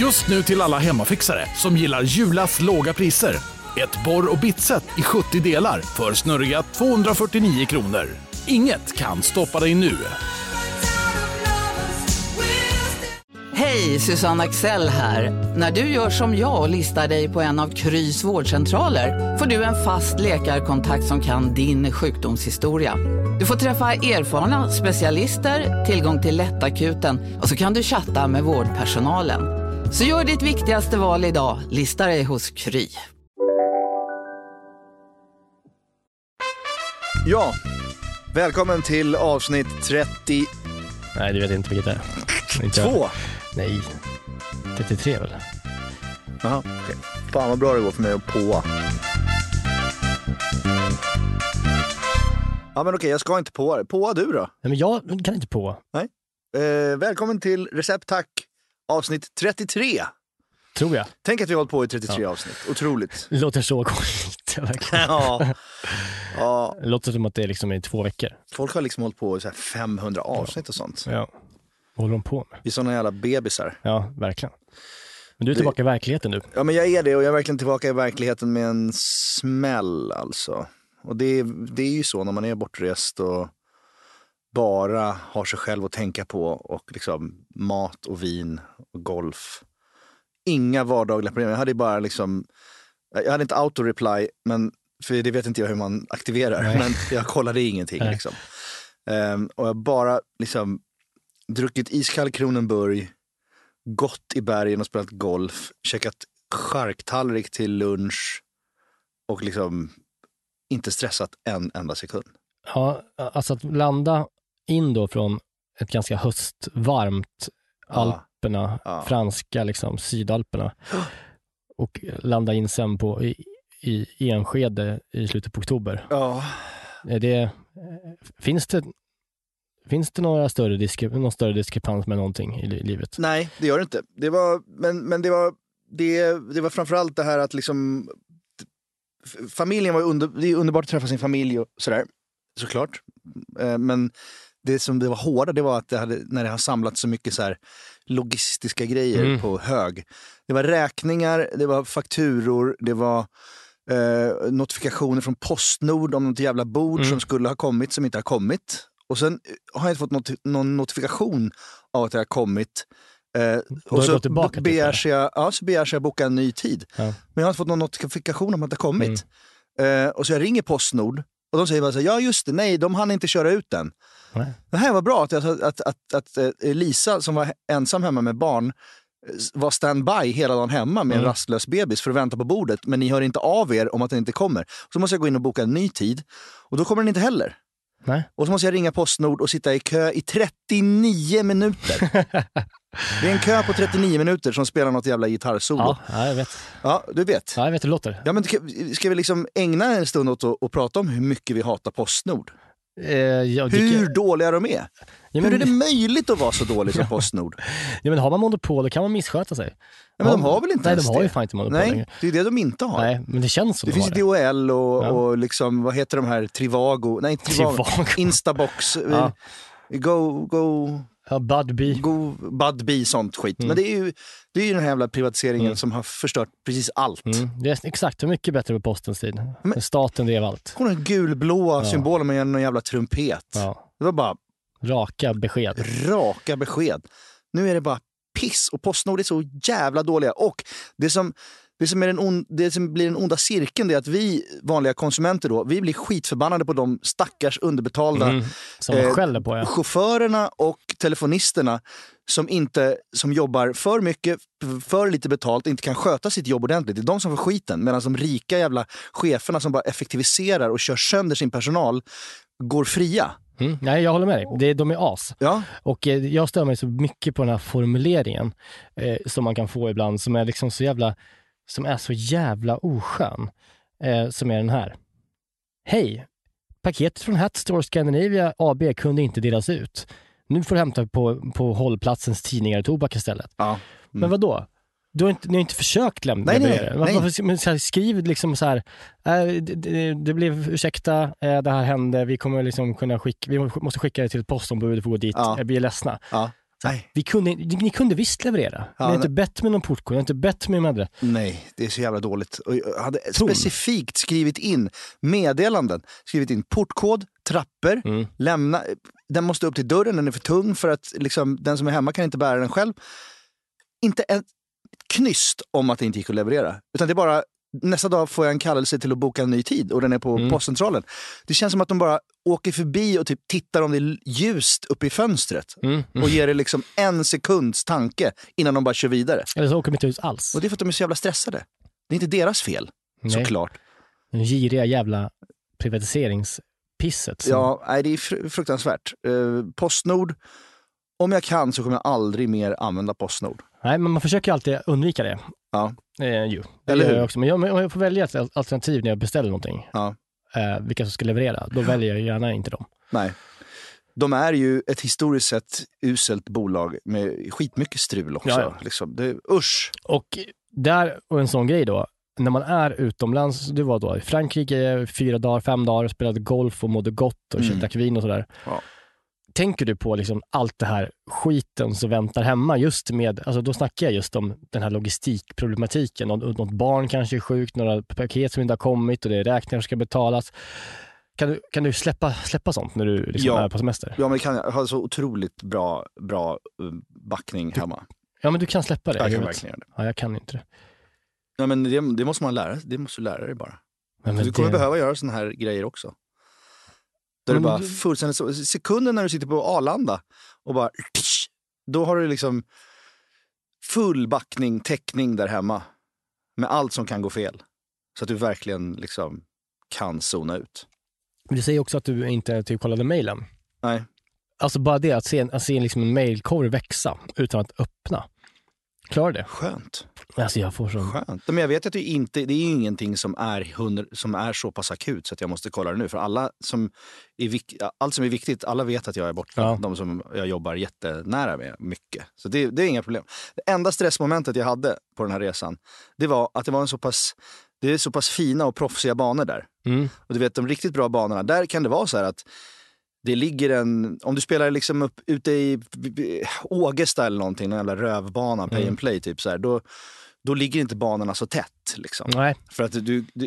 Just nu till alla hemmafixare som gillar Julas låga priser. Ett borr- och bitset i 70 delar för snurriga 249 kronor. Inget kan stoppa dig nu. Hej, Susanne Axel här. När du gör som jag och listar dig på en av Krys vårdcentraler får du en fast läkarkontakt som kan din sjukdomshistoria. Du får träffa erfarna specialister, tillgång till lättakuten och så kan du chatta med vårdpersonalen. Så gör ditt viktigaste val idag, lista dig hos Kry. Ja, välkommen till avsnitt 30... Nej, du vet inte vilket det är. 2? Nej, 33 väl? Jaha, okej. Fan vad bra det går för mig att påa. Ja men okej, jag ska inte påa. Påa du då? Nej, men jag kan inte på. Nej. Välkommen till Recept Tack, avsnitt 33. Tror jag. Tänk att vi har hållit på i 33 avsnitt. Otroligt. Det låter så lite verkligen. Ja. Det låter som att det är liksom i 2 veckor. Folk har liksom hållit på i så här 500 avsnitt och sånt. Ja. Vad håller de på med? Vi är såna jävla bebisar. Ja, verkligen. Men du är tillbaka i verkligheten nu. Ja men jag är det, och jag är verkligen tillbaka i verkligheten med en smäll alltså. Och det är ju så när man är bortrest och bara har sig själv att tänka på och liksom mat och vin och golf. Inga vardagliga problem. Jag hade bara liksom, jag hade inte auto-reply, men för det vet inte jag hur man aktiverar. Nej. Men jag kollade ingenting liksom. Och jag bara liksom druckit iskall Kronenburg, gått i bergen och spelat golf, käkat charktallrik till lunch och liksom inte stressat en enda sekund. Ja, alltså att landa in då från ett ganska höstvarmt Alperna, franska liksom, Sydalperna och landa in sen på i Enskede i slutet på oktober. Ja. Finns det någon större diskrepans med någonting i livet? Nej, det gör det inte. Det var framförallt det här att liksom familjen var det är underbart att träffa sin familj och sådär, såklart. Men det som det var hårda, det var att när det har samlat så mycket så här logistiska grejer på hög. Det var räkningar, det var fakturor, det var notifikationer från Postnord om något jävla bord som skulle ha kommit som inte har kommit. Och sen har jag inte fått någon notifikation av att det har kommit. Och så begärs jag boka en ny tid. Ja. Men jag har inte fått någon notifikation om att det har kommit. Och så jag ringer Postnord och de säger bara så här, ja just det, nej, de hann inte köra ut den. Nej. Det här var bra att Lisa som var ensam hemma med barn var standby hela dagen hemma med en rastlös bebis för att vänta på bordet, men ni hör inte av er om att den inte kommer. Så måste jag gå in och boka en ny tid och då kommer den inte heller. Nej. Och så måste jag ringa Postnord och sitta i kö i 39 minuter. Det är en kö på 39 minuter som spelar något jävla gitarrsolo. Ja, jag vet. Ja, du vet. Ja, jag vet hur det låter. Ja, men ska vi liksom ägna en stund åt att prata om hur mycket vi hatar Postnord? Hur dåliga de är? Ja, hur är det möjligt att vara så dålig som Postnord? Ja, men har man monopol då kan man missköta sig. Ja, men de har väl inte ens det? Nej, de har ju fan inte monopol längre. Det är det de inte har. Nej, men det känns som det finns DHL och liksom, vad heter de här? Trivago. Nej, inte Trivago. Instabox. Ja. Budbee, sånt skit. Men det är ju den här jävla privatiseringen som har förstört precis allt. Det är exakt, mycket bättre på Postens tid. Men staten drev allt. Hon har en gulblåa symboler med en jävla trumpet. Ja. Det var bara raka besked. Nu är det bara piss och Postnord är så jävla dåliga. Och det som blir den onda cirkeln, det är att vi vanliga konsumenter då, vi blir skitförbannade på de stackars underbetalda chaufförerna och telefonisterna som jobbar för mycket, för lite betalt, inte kan sköta sitt jobb ordentligt. Det är de som får skiten, medan de rika jävla cheferna som bara effektiviserar och kör sönder sin personal går fria. Nej, jag håller med dig. De är as. Ja. Och jag stör mig så mycket på den här formuleringen som man kan få ibland, som är liksom så jävla oskön, som är den här. Hej, paketet från Hatstore Scandinavia AB kunde inte delas ut. Nu får du hämta på hållplatsens tidningar och tobak istället. Ja. Men vad då? Ni har inte försökt lämna det. Varför skriv liksom så här, det blev ursäkta, det här hände, vi kommer liksom kunna vi måste skicka det till ett postombud och få gå dit, vi är ledsna. Ja. Ni kunde visst leverera. Ni har inte bett med någon portkod, ni har inte bett med andra. Nej, det är så jävla dåligt. Och jag hade specifikt skrivit in meddelanden. Skrivit in portkod, trappor, lämna. Den måste upp till dörren, den är för tung för att liksom, den som är hemma kan inte bära den själv. Inte ett knyst om att det inte gick att leverera. Utan det är bara, nästa dag får jag en kallelse till att boka en ny tid och den är på postcentralen. Det känns som att de bara åker förbi och typ tittar om det är ljust uppe i fönstret och ger det liksom 1 sekunds tanke innan de bara kör vidare. Eller så åker de inte ut alls. Och det är för att de är så jävla stressade. Det är inte deras fel, såklart. Den giriga jävla privatiseringspisset. Ja, nej, det är fruktansvärt. Postnord, om jag kan så kommer jag aldrig mer använda Postnord. Nej, men man försöker alltid undvika det. Ja. Eller hur? Jag också. Men jag får välja ett alternativ när jag beställer någonting. Ja. Vilka som ska leverera. Då väljer jag gärna inte dem. Nej. De är ju ett historiskt sett uselt bolag med skitmycket strul också. Ja. Liksom. Usch. Och en sån grej då. När man är utomlands, det var då i Frankrike 4 dagar, 5 dagar, spelade golf och mådde gott och köpte vin och sådär. Ja. Tänker du på liksom allt det här skiten som väntar hemma just med, alltså då snackar jag just om den här logistikproblematiken. Något barn kanske är sjukt, några paket som inte har kommit och det är räkningar som ska betalas. Kan du släppa sånt när du liksom är på semester? Ja, men jag har så otroligt bra backning hemma. Ja, men du kan släppa det. Jag kan verkligen det. Ja, jag kan inte det. Ja, men det måste man lära sig. Det måste du lära dig bara. Men du kommer behöva göra såna här grejer också. Där det bara fullständigt sekunden när du sitter på Arlanda och bara då har du liksom full backning, täckning där hemma med allt som kan gå fel. Så att du verkligen liksom kan zona ut. Men du säger också att du inte typ kollade mejlen. Nej. Alltså bara det att se liksom en mejlkorg växa utan att öppna. Klarar det? Skönt. Alltså jag får så... Skönt. Men jag vet att det är ingenting som är så pass akut så att jag måste kolla det nu. För allt som är viktigt, alla vet att jag är borta. Ja. De som jag jobbar jättenära med mycket. Så det är inga problem. Det enda stressmomentet jag hade på den här resan, det var att det är så pass fina och proffsiga banor där. Och du vet, de riktigt bra banorna, där kan det vara så här att det ligger om du spelar liksom upp ute i Ågesta eller någonting, någon jävla rövbana, pay and play typ så här, då ligger inte banorna så tätt liksom. Nej. För att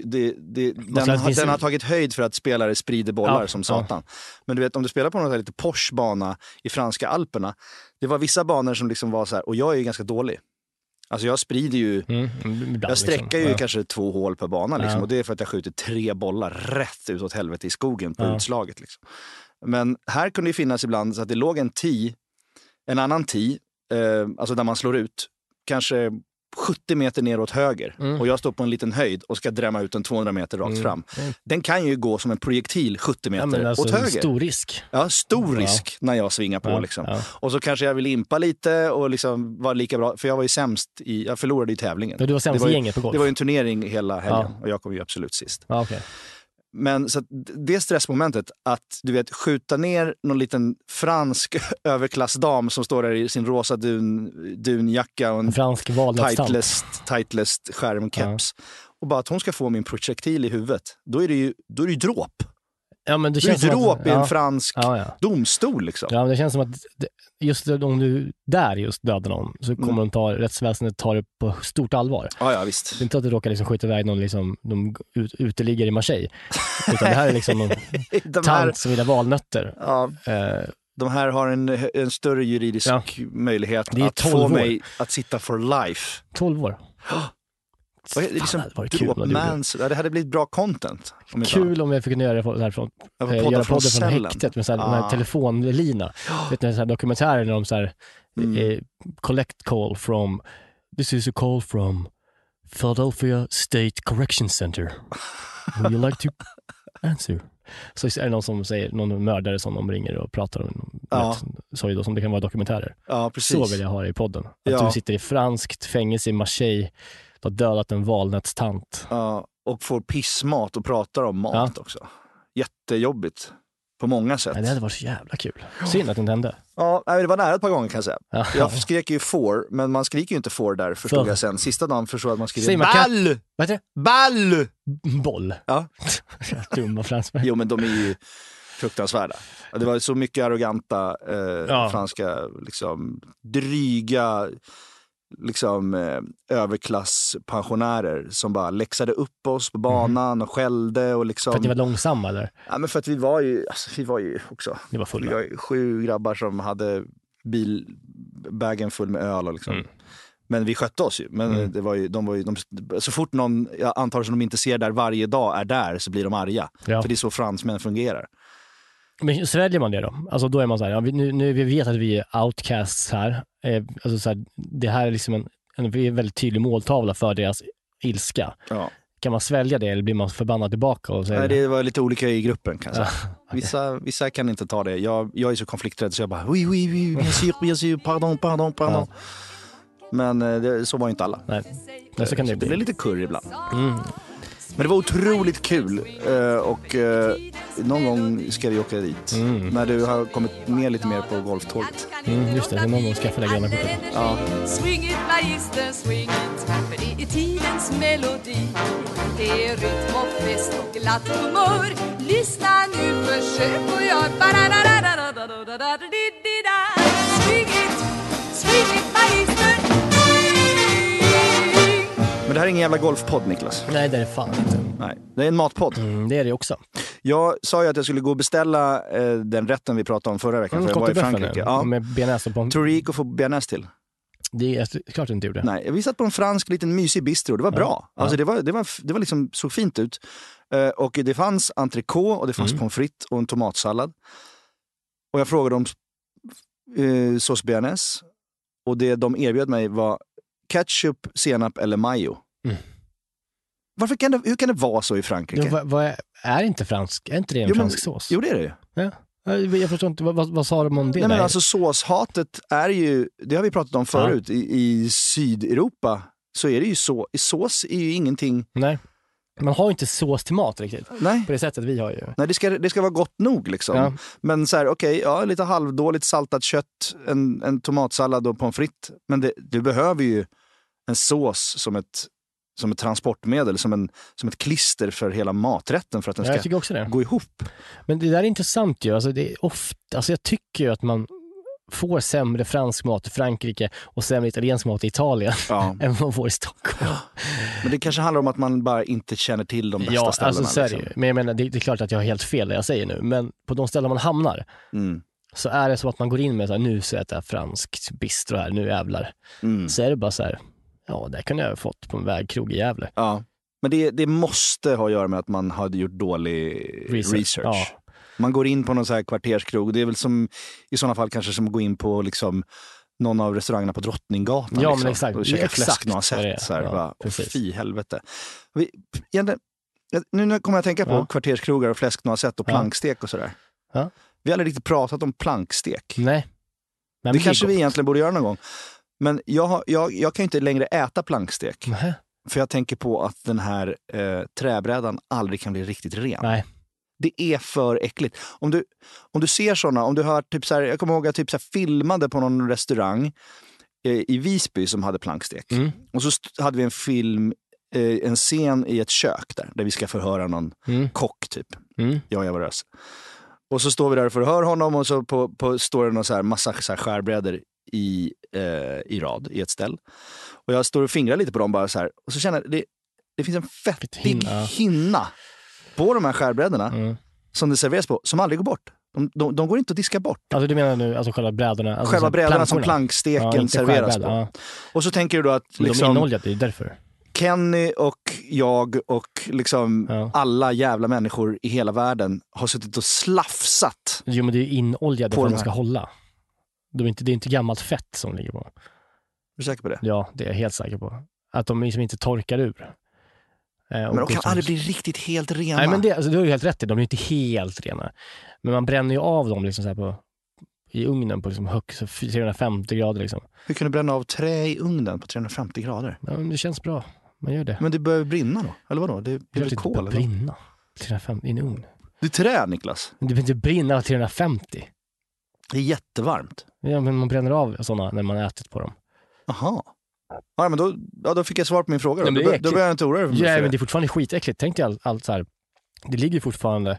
den har tagit höjd för att spelare sprider bollar som satan. Ja. Men du vet, om du spelar på någon lite Porsche-bana i franska Alperna, det var vissa banor som liksom var så här, och jag är ju ganska dålig. Alltså jag sprider ju, jag sträcker ju kanske 2 hål per bana liksom, och det är för att jag skjuter 3 bollar rätt ut åt helvete i skogen på utslaget liksom. Men här kunde det finnas ibland så att det låg en annan tee, alltså där man slår ut, kanske 70 meter ner åt höger. Och jag står på en liten höjd och ska drämma ut en 200 meter rakt fram. Den kan ju gå som en projektil 70 meter åt höger. Stor risk. Ja, stor risk när jag svingar på liksom. Ja. Och så kanske jag vill impa lite och liksom vara lika bra, för jag var ju sämst jag förlorade i tävlingen. Du var sämst i gänget på golf. Det var ju en turnering hela helgen och jag kom ju absolut sist. Ja, okay. Men så det stressmomentet att du vet skjuta ner någon liten fransk överklassdam som står där i sin rosa dunjacka och en fransk tightlest skärmkeps och bara att hon ska få min projektil i huvudet, då är det ju dråp. Ja, men det känns som dråp i en fransk domstol liksom. Ja, men det känns som att just om du där just dödar någon så kommer de rättsväsendet ta det på stort allvar. Ja, visst. Det är inte att du råkar liksom skjuta iväg någon liksom, de uteliggare i Marseille. Utan det här är liksom någon tant som vill ha valnötter. Ja. De här har en större juridisk möjlighet att få mig att sitta for life. 12 år. Liksom det hade blivit bra content. Kul om jag fick göra det härifrån. Göra podden från häktet med en telefonlina. Vet ni, så här dokumentärer när de så här collect call from, this is a call from Philadelphia State Correction Center. Would you like to answer? Så är det någon som säger, någon mördare som de ringer och pratar om. Så då, som det kan vara dokumentärer. Ja, precis. Så vill jag ha det i podden. Att du sitter i franskt fängelse i Marseille, har dödat en valnötstant. Ja, och får pissmat och pratar om mat också. Jättejobbigt. På många sätt. Ja, det hade varit så jävla kul. Synd att det inte hände. Ja, det var nära ett par gånger kan jag säga. Ja. Jag skrek ju får, men man skriker ju inte får där, förstod jag sen. Sista dagen förstod jag att man skriker ball! Vad heter det? Ball! Boll. Ja. Dumma fransmän. Jo, men de är ju... fruktansvärda. Det var så mycket arroganta franska liksom, dryga liksom, överklasspensionärer som bara läxade upp oss på banan och skällde. Och liksom... För att ni var långsamma eller? Ja, men för att vi var ju också... Ni var fulla. Vi var 7 grabbar som hade bilbagen full med öl och liksom... Men vi skötte oss ju. Men det var ju, de, så fort någon, jag antar som de inte ser där varje dag är där, så blir de arga. Ja. För det är så fransmän fungerar. Men sväljer man det då? Alltså då är man så här, ja, nu vi vet att vi är outcasts här. Alltså så här, det här är liksom en väldigt tydlig måltavla för deras ilska. Ja. Kan man svälja det eller blir man förbannad tillbaka? Och nej, det var lite olika i gruppen kan jag säga. Okay. Vissa kan inte ta det. Jag är så konflikträdd så jag bara oui, bien sûr, pardon. Ja. Men så var ju inte alla. Nej. Så kan det blir lite kurr ibland. Men det var otroligt kul och någon gång ska vi åka dit när du har kommit med lite mer på golftåget. Just det, någon gång ska jag få lägga den här korten. Ja. Swing it, magister, swing it, för det är tidens melodi. Det är rytm och fest och glatt humör. Lyssna nu, försök och gör swing it, magister. Men det här är ingen jävla golfpodd, Niklas. Nej, det är det fan inte. Nej, det är en matpodd. Det är det också. Jag sa ju att jag skulle gå och beställa den rätten vi pratade om förra veckan. För jag var i Frankrike. Ja. Med bearnaise på. Tror du gick att få bearnaise till? Det är klart inte gjorde. Nej, vi satt på en fransk liten mysig bistro. Det var bra. Alltså det var liksom, såg fint ut. Och det fanns entrecote och det fanns pommes frites och en tomatsallad. Och jag frågade om sås bearnaise. Och det de erbjöd mig var ketchup, senap eller mayo. Hur kan det vara så i Frankrike? Ja, är inte fransk? Är inte det en fransk sås? Jo, det är det ju. Ja. Jag förstår inte, vad sa de om det? Nej, men alltså såshatet är ju, det har vi pratat om förut, i Sydeuropa så är det ju så, sås är ju ingenting. Nej, man har ju inte sås till mat riktigt. Nej. På det sättet vi har ju. Nej, det ska vara gott nog liksom. Ja. Men så här, okej, lite halvdåligt saltat kött, en tomatsallad och pommes frites. Men du behöver ju en sås som ett transportmedel, som ett klister för hela maträtten för att den ska gå ihop. Men det där är intressant ju. Alltså det är ofta, alltså jag tycker ju att man får sämre fransk mat i Frankrike och sämre italiensk mat i Italien än man får i Stockholm. Ja. Men det kanske handlar om att man bara inte känner till de bästa ställena. Alltså, liksom. Men jag menar, det är klart att jag har helt fel det jag säger nu. Men på de ställen man hamnar så är det så att man går in med så här, nu så äter jag franskt bistro här, nu jävlar. Så är det bara så här, ja, det kan jag ha fått på en vägkrog i Gävle. Ja, men det måste ha att göra med att man hade gjort dålig research. Ja. Man går in på någon så här kvarterskrog. Det är väl som i sådana fall kanske som att gå in på liksom någon av restaurangerna på Drottninggatan. Ja, liksom, men exakt. Och käka fläsk några sätt. Så här, bara, fy helvete. Nu kommer jag att tänka på kvarterskrogar och fläsk några sätt och plankstek och sådär. Ja. Vi har aldrig riktigt pratat om plankstek. Nej. Men det kanske vi egentligen borde göra någon gång. Men jag kan inte längre äta plankstek. För jag tänker på att den här träbrädan aldrig kan bli riktigt ren. Nej. Det är för äckligt. Om du ser sådana, om du har typ så här, jag kommer ihåg att jag typ så här filmade på någon restaurang i Visby som hade plankstek. Och så hade vi en scen i ett kök där vi ska förhöra någon kock typ. Jag var rös. Och så står vi där och förhör honom och så står det någon så här massa så här skärbrädor i rad i ett ställ. Och jag står och fingrar lite på dem bara så här. Och så känner jag det finns en fettig hinna på de här skärbrädorna som det serveras på, som aldrig går bort. De går inte att diska bort. Alltså du menar nu, alltså själva brädorna? Alltså själva brädorna som planksteken serveras på. Och så tänker du då att liksom, de är inoljade, det är därför. Kenny och jag och liksom alla jävla människor i hela världen har suttit och slafsat. Jo, men det är inoljade för att de ska hålla. Det är inte gammalt fett som ligger på. Är du säker på det? Ja, det är jag helt säker på. Att de liksom inte torkar ur. Men de kan aldrig bli riktigt helt rena. Nej, men du har ju helt rätt i. De är inte helt rena. Men man bränner ju av dem liksom så här i ugnen på liksom högst 350 grader. Liksom. Hur kan du bränna av trä i ugnen på 350 grader? Ja, men det känns bra. Man gör det. Men det börjar brinna då? Eller vadå? Det blir kol? Det börjar brinna. 350 i en ugn. Det är trä, Niklas. Men det blir inte brinna av 350. Det är jättevarmt. Ja, men man bränner av sådana när man ätit på dem. Aha. Ja, men då fick jag svar på min fråga. Då börjar jag inte oroa mig. Ja, men det är fortfarande skitäckligt. Tänk dig allt så här. Det ligger fortfarande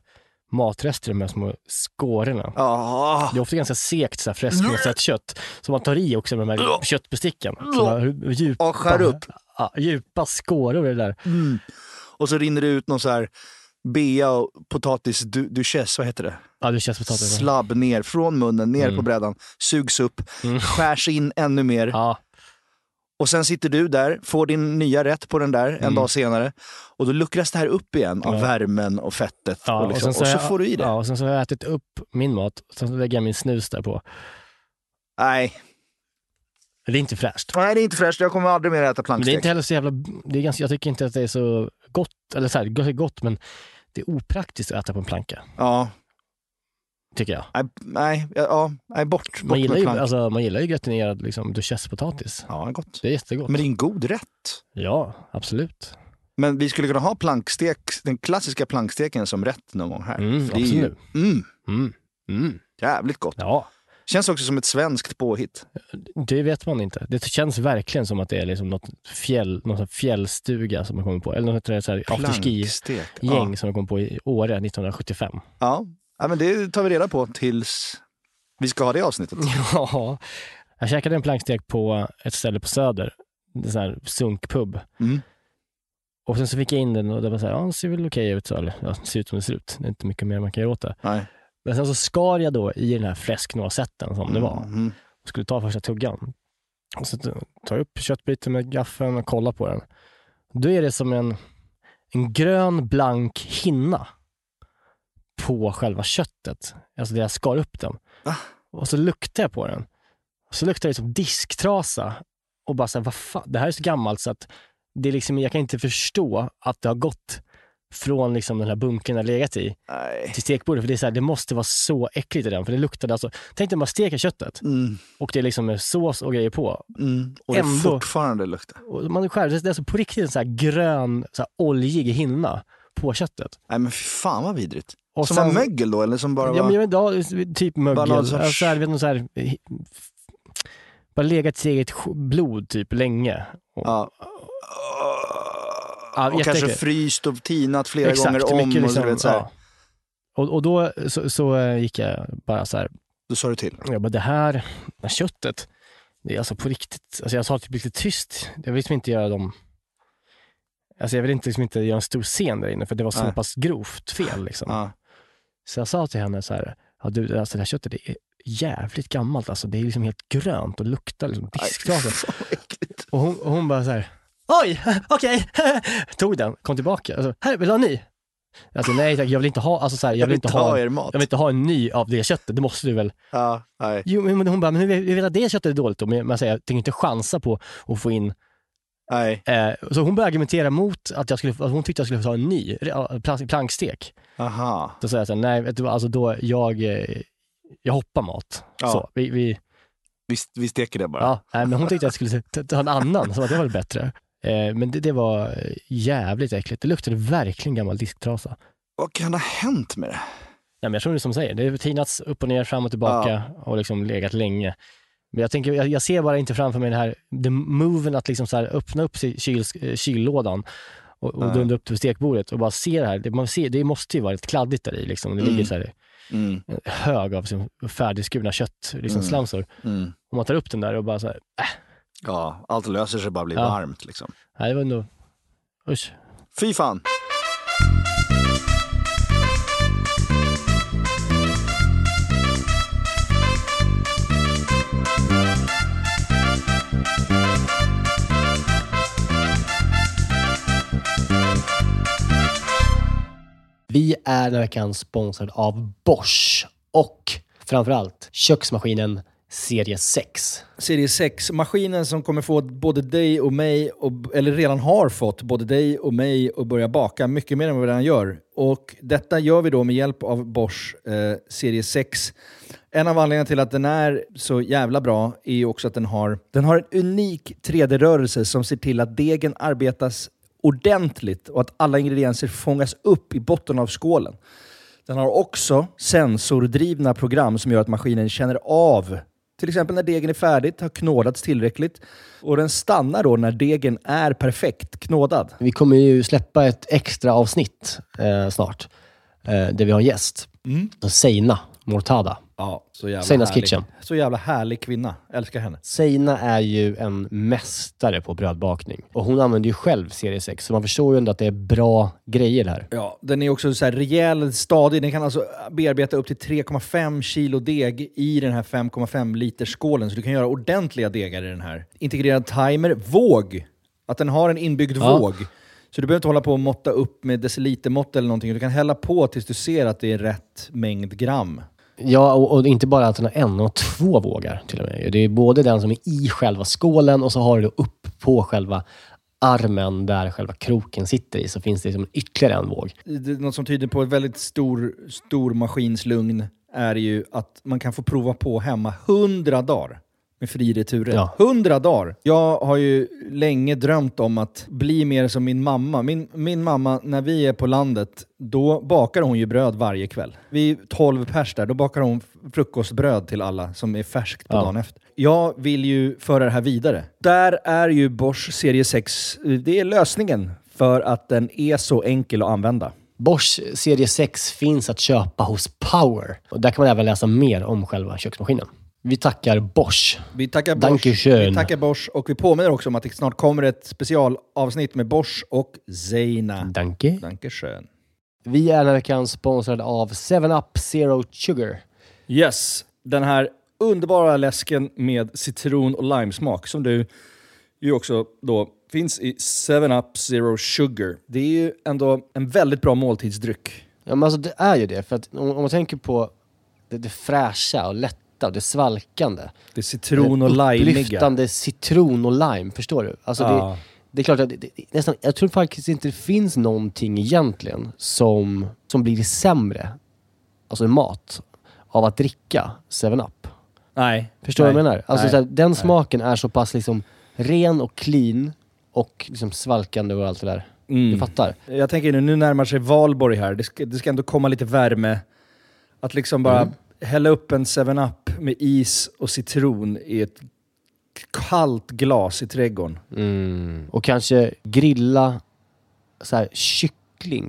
matrester, de här små skårorna. Ja. Det är ofta ganska sekt så här fläskmosat kött som man tar i också med de här köttbesticken. Så djupa, skär upp. Ja, djupa skåror det där. Och så rinner det ut någon så här bea och potatis duchesse, vad heter det? Ja, duchessepotatis. Slabb ner från munnen, ner på brädan, sugs upp, skärs in ännu mer. Ja. Och sen sitter du där, får din nya rätt på den där en dag senare. Och då luckras det här upp igen av värmen och fettet. Ja, och, liksom, och så får du i det. Ja, och sen så har jag ätit upp min mat. Och sen så lägger jag min snus där på. Nej. Det är inte fräscht. Nej, det är inte fräscht. Jag kommer aldrig mer äta plankstek. Men det är inte heller så jävla... Det är ganska, jag tycker inte att det är så gott. Eller så här, gott, men det är opraktiskt att äta på en planka. Ja. Tycker jag. Nej, bort Man gillar, med plank. man gillar ju gratinerad liksom, duchessepotatis. Ja, gott. Det är jättegott. Men det är en god rätt. Ja, absolut. Men vi skulle kunna ha plankstek, den klassiska planksteken som rätt någon gång här. Absolut. Jävligt gott. Ja. Känns också som ett svenskt påhitt. Det vet man inte. Det känns verkligen som att det är liksom någon fjällstuga som man kommer på. Eller något så här afterski-gäng som man kom på i Åre 1975. Ja, men det tar vi reda på tills vi ska ha det avsnittet. Ja, jag käkade en plankstek på ett ställe på Söder. En sån här sunkpub. Och sen så fick jag in den och det var så här, det ser väl okej ut. Så, eller, det ser ut som det ser ut. Det är inte mycket mer man kan göra åt det. Nej. Men sen så skar jag då i den här fläsknoisetten som det var. Och skulle ta första tuggan. Och så tar jag upp köttbiten med gaffeln och kollar på den. Då är det som en grön blank hinna på själva köttet. Alltså där jag skar upp den. Och så luktar jag på den. Och så luktar det som disktrasa. Och bara så här, vad fan? Det här är så gammalt så att det är liksom, jag kan inte förstå att det har gått från liksom den här bunken jag legat i till stekbordet. För det är så här, det måste vara så äckligt i den. För det luktade alltså, tänk dig bara steka köttet. Och det är liksom sås och grejer på. Och det är fortfarande luktar. Och man skär, det är alltså på riktigt en så här grön, så här oljig hinna på köttet. Nej men fan vad vidrigt. Och som sen, var mögel då? Eller som bara var... Ja, men typ mögel. Alltså, jag vet, så här, bara legat i eget blod typ länge. Och kanske fryst och tinat flera gånger om. Mycket, liksom, och, vet, så här. Och då så gick jag bara så här. Då sa du till. Jag bara, det här köttet, det är alltså på riktigt. Alltså jag sa typ lite tyst. Jag vill liksom inte göra dem. Alltså jag vill inte, liksom inte göra en stor scen där inne. För det var så pass grovt fel liksom. Så jag sa till henne så här. Ja, du, alltså det här köttet det är jävligt gammalt. Alltså det är liksom helt grönt och luktar liksom disktrasa. Och hon bara så här. Oj, okej. Tog den, kom tillbaka. Alltså, här, vill du ha en ny? Alltså nej, jag vill inte ha, alltså så här, jag vill inte ha en ny av det köttet. Det måste du väl. Ja, nej. Jo, men hon bara, men vi vet att det köttet är dåligt då, men jag säger, jag tänker inte chansa på att få in. Nej. Så hon började argumentera mot att hon tyckte jag skulle få ta en ny plankstek. Aha. Då sa jag så här, nej, vet du, alltså då jag hoppar mat. Ja. Så vi steker det bara. Ja, nej, men hon tyckte att jag skulle ta en annan, så det var bättre. Men det var jävligt äckligt. Det luktade verkligen gammal disktrasa. Vad kan ha hänt med det? Ja, men jag tror det är som säger. Det har tinats upp och ner, fram och tillbaka och liksom legat länge. Men jag tänker, jag ser bara inte framför mig det här the moven att liksom så här öppna upp kyllådan och dundra upp till stekbordet och bara se det här. Det måste ju vara ett kladdigt där i liksom. Det ligger så här en hög av liksom färdigskurna kött liksom slamsor. Och man tar upp den där och bara så här Ja, allt löser sig, bara blir varmt liksom. Nej, det var ändå... Usch. Fy fan! Vi är den här veckan sponsrad av Bosch och framförallt köksmaskinen Serie 6. Serie 6, maskinen som kommer få både dig och mig, eller redan har fått både dig och mig att börja baka mycket mer än vad vi redan gör. Och detta gör vi då med hjälp av Bosch Serie 6. En av anledningarna till att den är så jävla bra är också att den har en unik 3D-rörelse som ser till att degen arbetas ordentligt och att alla ingredienser fångas upp i botten av skålen. Den har också sensordrivna program som gör att maskinen känner av till exempel när degen är färdigt, har knådats tillräckligt. Och den stannar då när degen är perfekt knådad. Vi kommer ju släppa ett extra avsnitt snart. där vi har en gäst. Seina Mortada. Ja, så jävla Seinas härlig. Kitchen. Så jävla härlig kvinna. Älskar henne. Seina är ju en mästare på brödbakning. Och hon använder ju själv serie 6. Så man förstår ju ändå att det är bra grejer här. Ja, den är också så här rejäl, stadig. Den kan alltså bearbeta upp till 3,5 kilo deg i den här 5,5 liters skålen. Så du kan göra ordentliga degar i den här. Integrerad timer. Våg. Att den har en inbyggd våg. Så du behöver inte hålla på och måtta upp med decilitermått eller någonting. Du kan hälla på tills du ser att det är rätt mängd gram. Ja, och inte bara att den har 1 och 2 vågar till och med. Det är både den som är i själva skålen och så har du upp på själva armen där själva kroken sitter i, så finns det liksom ytterligare en våg. Något som tyder på ett väldigt stor maskinslugn är ju att man kan få prova på hemma 100 dagar med fri retur. Ja. 100 dagar! Jag har ju länge drömt om att bli mer som min mamma. Min mamma, när vi är på landet, då bakar hon ju bröd varje kväll. Vi är 12 pers där, då bakar hon frukostbröd till alla som är färskt på dagen efter. Jag vill ju föra det här vidare. Där är ju Bosch serie 6, det är lösningen för att den är så enkel att använda. Bosch serie 6 finns att köpa hos Power. Och där kan man även läsa mer om själva köksmaskinen. Vi tackar Bosch. Vi tackar Bosch. Dankeschön. Vi tackar Bosch och vi påminner också om att det snart kommer ett specialavsnitt med Bosch och Seina. Danke. Dankeschön. Vi är den här veckan sponsrade av 7up Zero Sugar. Yes, den här underbara läsken med citron och limesmak som du ju också då finns i 7up Zero Sugar. Det är ju ändå en väldigt bra måltidsdryck. Ja, men alltså det är ju det. För att om man tänker på det fräscha och lätta och det svalkande. Det är citron och lime. Upplyftande citron och lime, förstår du? Alltså det är klart att nästan, jag tror faktiskt inte det finns någonting egentligen som blir sämre, alltså mat, av att dricka 7up. Nej. Förstår du vad jag menar? Alltså så här, den smaken är så pass liksom ren och clean och liksom svalkande och allt det där. Du fattar? Jag tänker nu närmar sig Valborg här. Det ska ändå komma lite värme. Att liksom bara hälla upp en 7up med is och citron i ett kallt glas i trädgården. Och kanske grilla så här kyckling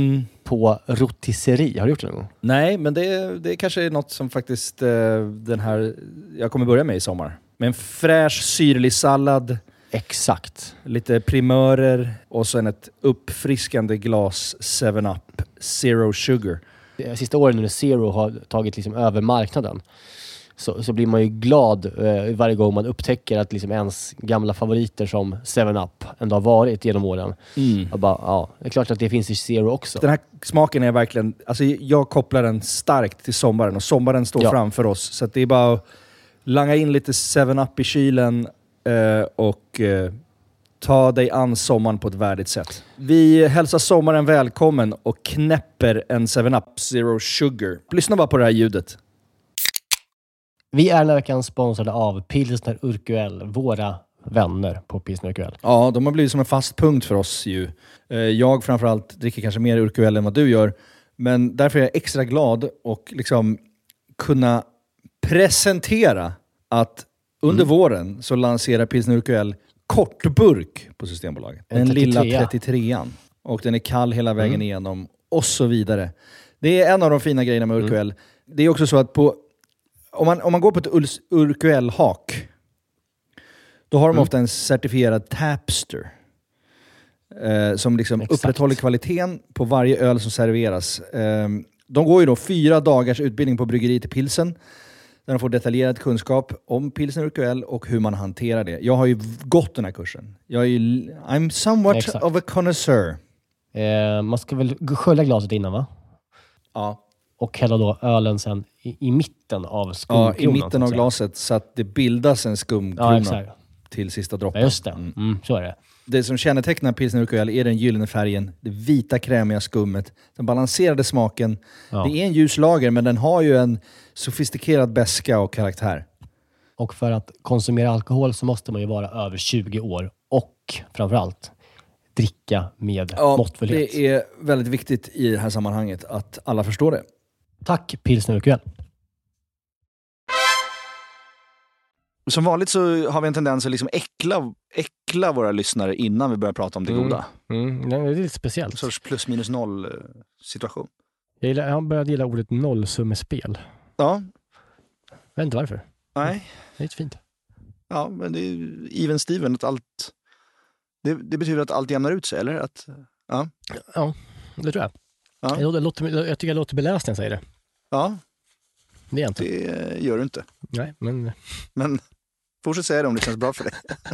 på rotisserie. Har du gjort det någon gång? Nej, men det kanske är något som faktiskt den här jag kommer börja med i sommar. Med en fräsch syrlig sallad. Exakt. Lite primörer och sen ett uppfriskande glas 7up Zero Sugar. Sista åren när Zero har tagit liksom över marknaden så blir man ju glad varje gång man upptäcker att liksom ens gamla favoriter som 7up ändå har varit genom åren. Och bara, det är klart att det finns i Zero också. Den här smaken är verkligen, alltså jag kopplar den starkt till sommaren och sommaren står framför oss. Så att det är bara att langa in lite 7up i kylen och ta dig an sommaren på ett värdigt sätt. Vi hälsar sommaren välkommen och knäpper en 7up Zero Sugar. Lyssna bara på det här ljudet. Vi är den här veckan sponsrade av Pilsner Urquell, våra vänner på Pilsner Urquell. Ja, de har blivit som en fast punkt för oss ju. Jag framförallt dricker kanske mer Urquell än vad du gör. Men därför är jag extra glad och liksom kunna presentera att under våren så lanserar Pilsner Urquell kortburk på Systembolaget. Den lilla 33an. Och den är kall hela vägen igenom och så vidare. Det är en av de fina grejerna med Urquell. Det är också så att om man går på ett Urquell-hak då har de ofta en certifierad tapster som liksom upprätthåller kvaliteten på varje öl som serveras. De går ju då 4 dagars utbildning på bryggeriet i Pilsen där de får detaljerad kunskap om Pilsner Urquell och hur man hanterar det. Jag har ju gått den här kursen. I'm somewhat of a connoisseur. Man ska väl skölja glaset innan, va? Ja. Och hälla då ölen sen i mitten av skumkronan. Ja, i mitten av glaset så att det bildas en skumkrona till sista droppen. Ja, just det. Så är det. Det som kännetecknar Pilsner Urquell är den gyllene färgen, det vita krämiga skummet, den balanserade smaken. Ja. Det är en ljus lager, men den har ju en sofistikerad beska och karaktär. Och för att konsumera alkohol så måste man ju vara över 20 år och framförallt dricka med måttfullhet. Det är väldigt viktigt i det här sammanhanget att alla förstår det. Tack Pilsner Urquell. Som vanligt så har vi en tendens att liksom äckla våra lyssnare innan vi börjar prata om det goda. Det är lite speciellt. En sorts plus minus noll situation. Jag började gilla ordet nollsummespel. Ja. Jag vet inte varför. Nej. Det är lite fint. Ja, men det är even Steven att allt... Det betyder att allt jämnar ut sig, eller? Att, ja. Ja, det tror jag. Ja. Jag tycker jag låter beläst när jag säger det. Ja. Det är inte. Det gör du inte. Nej, Men fortsätt säga det om det känns bra för dig.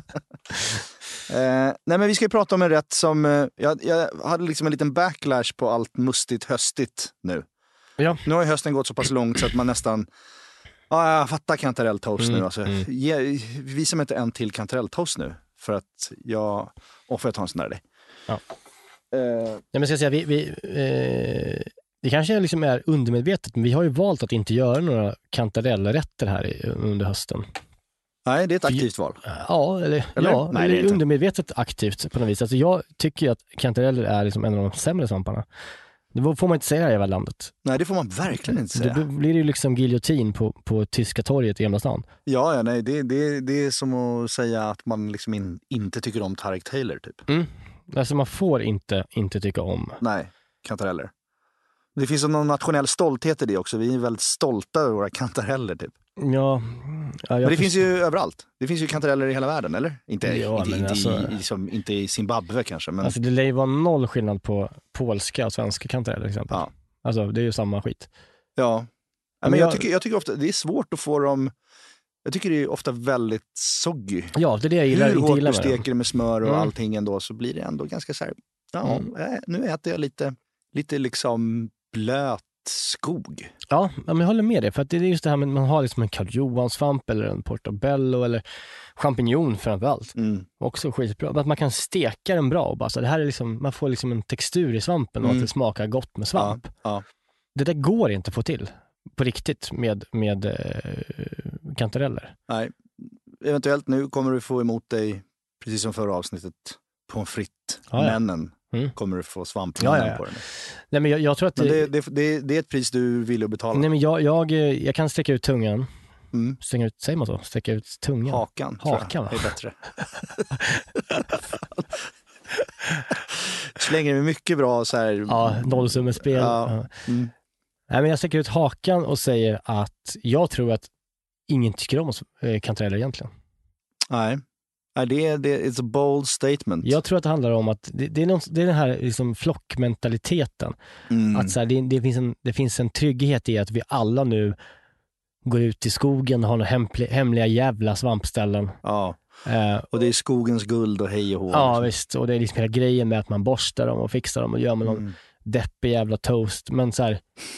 Nej, men vi ska ju prata om en rätt som... Jag hade liksom en liten backlash på allt mustigt höstigt nu. Ja. Nu har ju hösten gått så pass långt så att man nästan... jag fattar kantarelltoast nu. Alltså. Visa mig inte en till kantarelltoast nu. För att jag... får jag ta en sån där dig. Ja. Men ska jag säga, det kanske liksom är undermedvetet, men vi har ju valt att inte göra några kantarellrätter här under hösten. Nej, det är ett aktivt val. Ja, eller? Ja, nej, det är undermedvetet aktivt på något vis. Alltså jag tycker ju att kantareller är liksom en av de sämre svamparna. Det får man inte säga i hela landet. Nej, det får man verkligen inte säga. Då blir det ju liksom giljotin på Tyska torget i Gamla stan. Ja, nej, det är som att säga att man liksom inte tycker om Tarek Taylor, typ. Alltså man får inte tycka om. Nej, kantareller. Det finns någon nationell stolthet i det också. Vi är väldigt stolta över våra kantareller, typ. Ja, men det finns ju överallt. Det finns ju kantareller i hela världen, eller? Inte i Zimbabwe kanske. Men... Alltså det lär ju vara noll skillnad på polska och svenska kantareller, exempel. Ja. Alltså det är ju samma skit. Ja. Men jag tycker ofta det är svårt att få dem... Jag tycker det är ofta väldigt soggy. Ja, det är det jag gillar. Hur hårt du steker det med smör och allting ändå, så blir det ändå ganska så här... Nu äter jag lite liksom blöt skog. Ja, men jag håller med dig. För att det är just det här med man har liksom en Karl Johan-svamp eller en portobello eller champignon framförallt. Också skitbra. Att man kan steka den bra och bara så det här är liksom, man får liksom en textur i svampen och att det smakar gott med svamp. Ja. Det där går inte att få till på riktigt med kantareller. Nej. Eventuellt nu kommer du få emot dig, precis som förra avsnittet, pommes frites. Männen. Kommer du få svamp på den. Nej, men jag tror att det är ett pris du vill betala. Nej, men jag kan sträcka ut tungan. Säger man så? Sträcka ut tungan. Hakan är bättre. Slänger med mycket bra så här. Ja, nollsummespel. Ja. Nej, men jag sträcker ut hakan och säger att jag tror att ingen tycker om oss kantareller egentligen. Nej. It's a bold statement. Jag tror att det handlar om att det är den här liksom flockmentaliteten. Att så här, det finns en trygghet i att vi alla nu går ut i skogen och har några hemliga jävla svampställen. Ja. Och det är skogens guld och hej och hå. Ja, visst. Och det är liksom hela grejen med att man borstar dem och fixar dem och gör med någon deppig jävla toast. Men så här,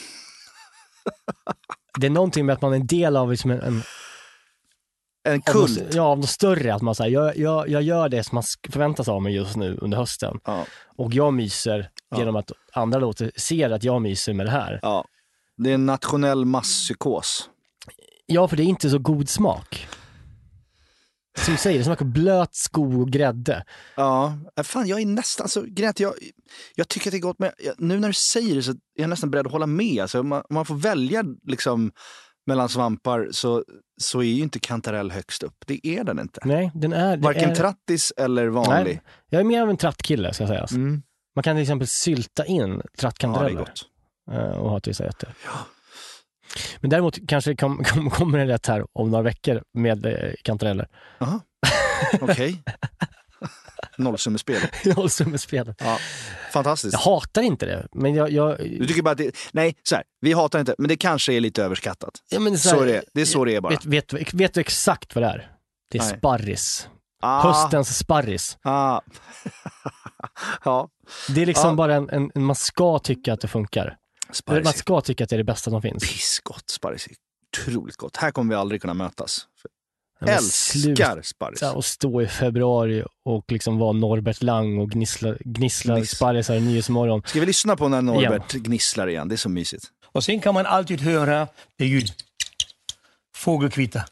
det är någonting med att man är en del av liksom en kult. Av något större. Att man säger, jag gör det som man förväntas av mig just nu under hösten. Ja. Och jag myser genom att andra ser att jag myser med det här. Ja. Det är en nationell masspsykos. Ja, för det är inte så god smak. Som du säger, det smakar blöt skog och grädde. Ja, fan jag är nästan så... Jag tycker att det är gott, men nu när du säger det så är jag nästan beredd att hålla med. Alltså, om man får välja liksom mellan svampar så är ju inte kantarell högst upp. Det är den inte. Nej, varken trattis eller vanlig. Nej, jag är mer av en trattkille, ska sägas. Man kan till exempel sylta in trattkantareller. Ja, det är gott. Och ha till vissa rätter. Ja. Men däremot kanske det kommer en rätt här om några veckor med kantareller. Aha. Okej. Nollsummespel. Ja, fantastiskt. Jag hatar inte det, men Du tycker bara att nej, så här, vi hatar inte, men det kanske är lite överskattat. Ja, men så är det. Det är så det är bara. Vet du exakt vad det är? Det är sparris. Höstens sparris. Ja. Det är liksom bara en man ska tycka att det funkar. Sparris. Man ska tycka att det är det bästa som finns. Pissgott sparris. Otroligt gott. Här kommer vi aldrig kunna mötas. Älskar sparris. Och stå i februari och liksom vara Norbert Lang och gnissla sparris här i Nyhetsmorgon. Ska vi lyssna på när Norbert gnisslar igen? Det är så mysigt. Och sen kan man alltid höra det ljud. Fågelkvitter.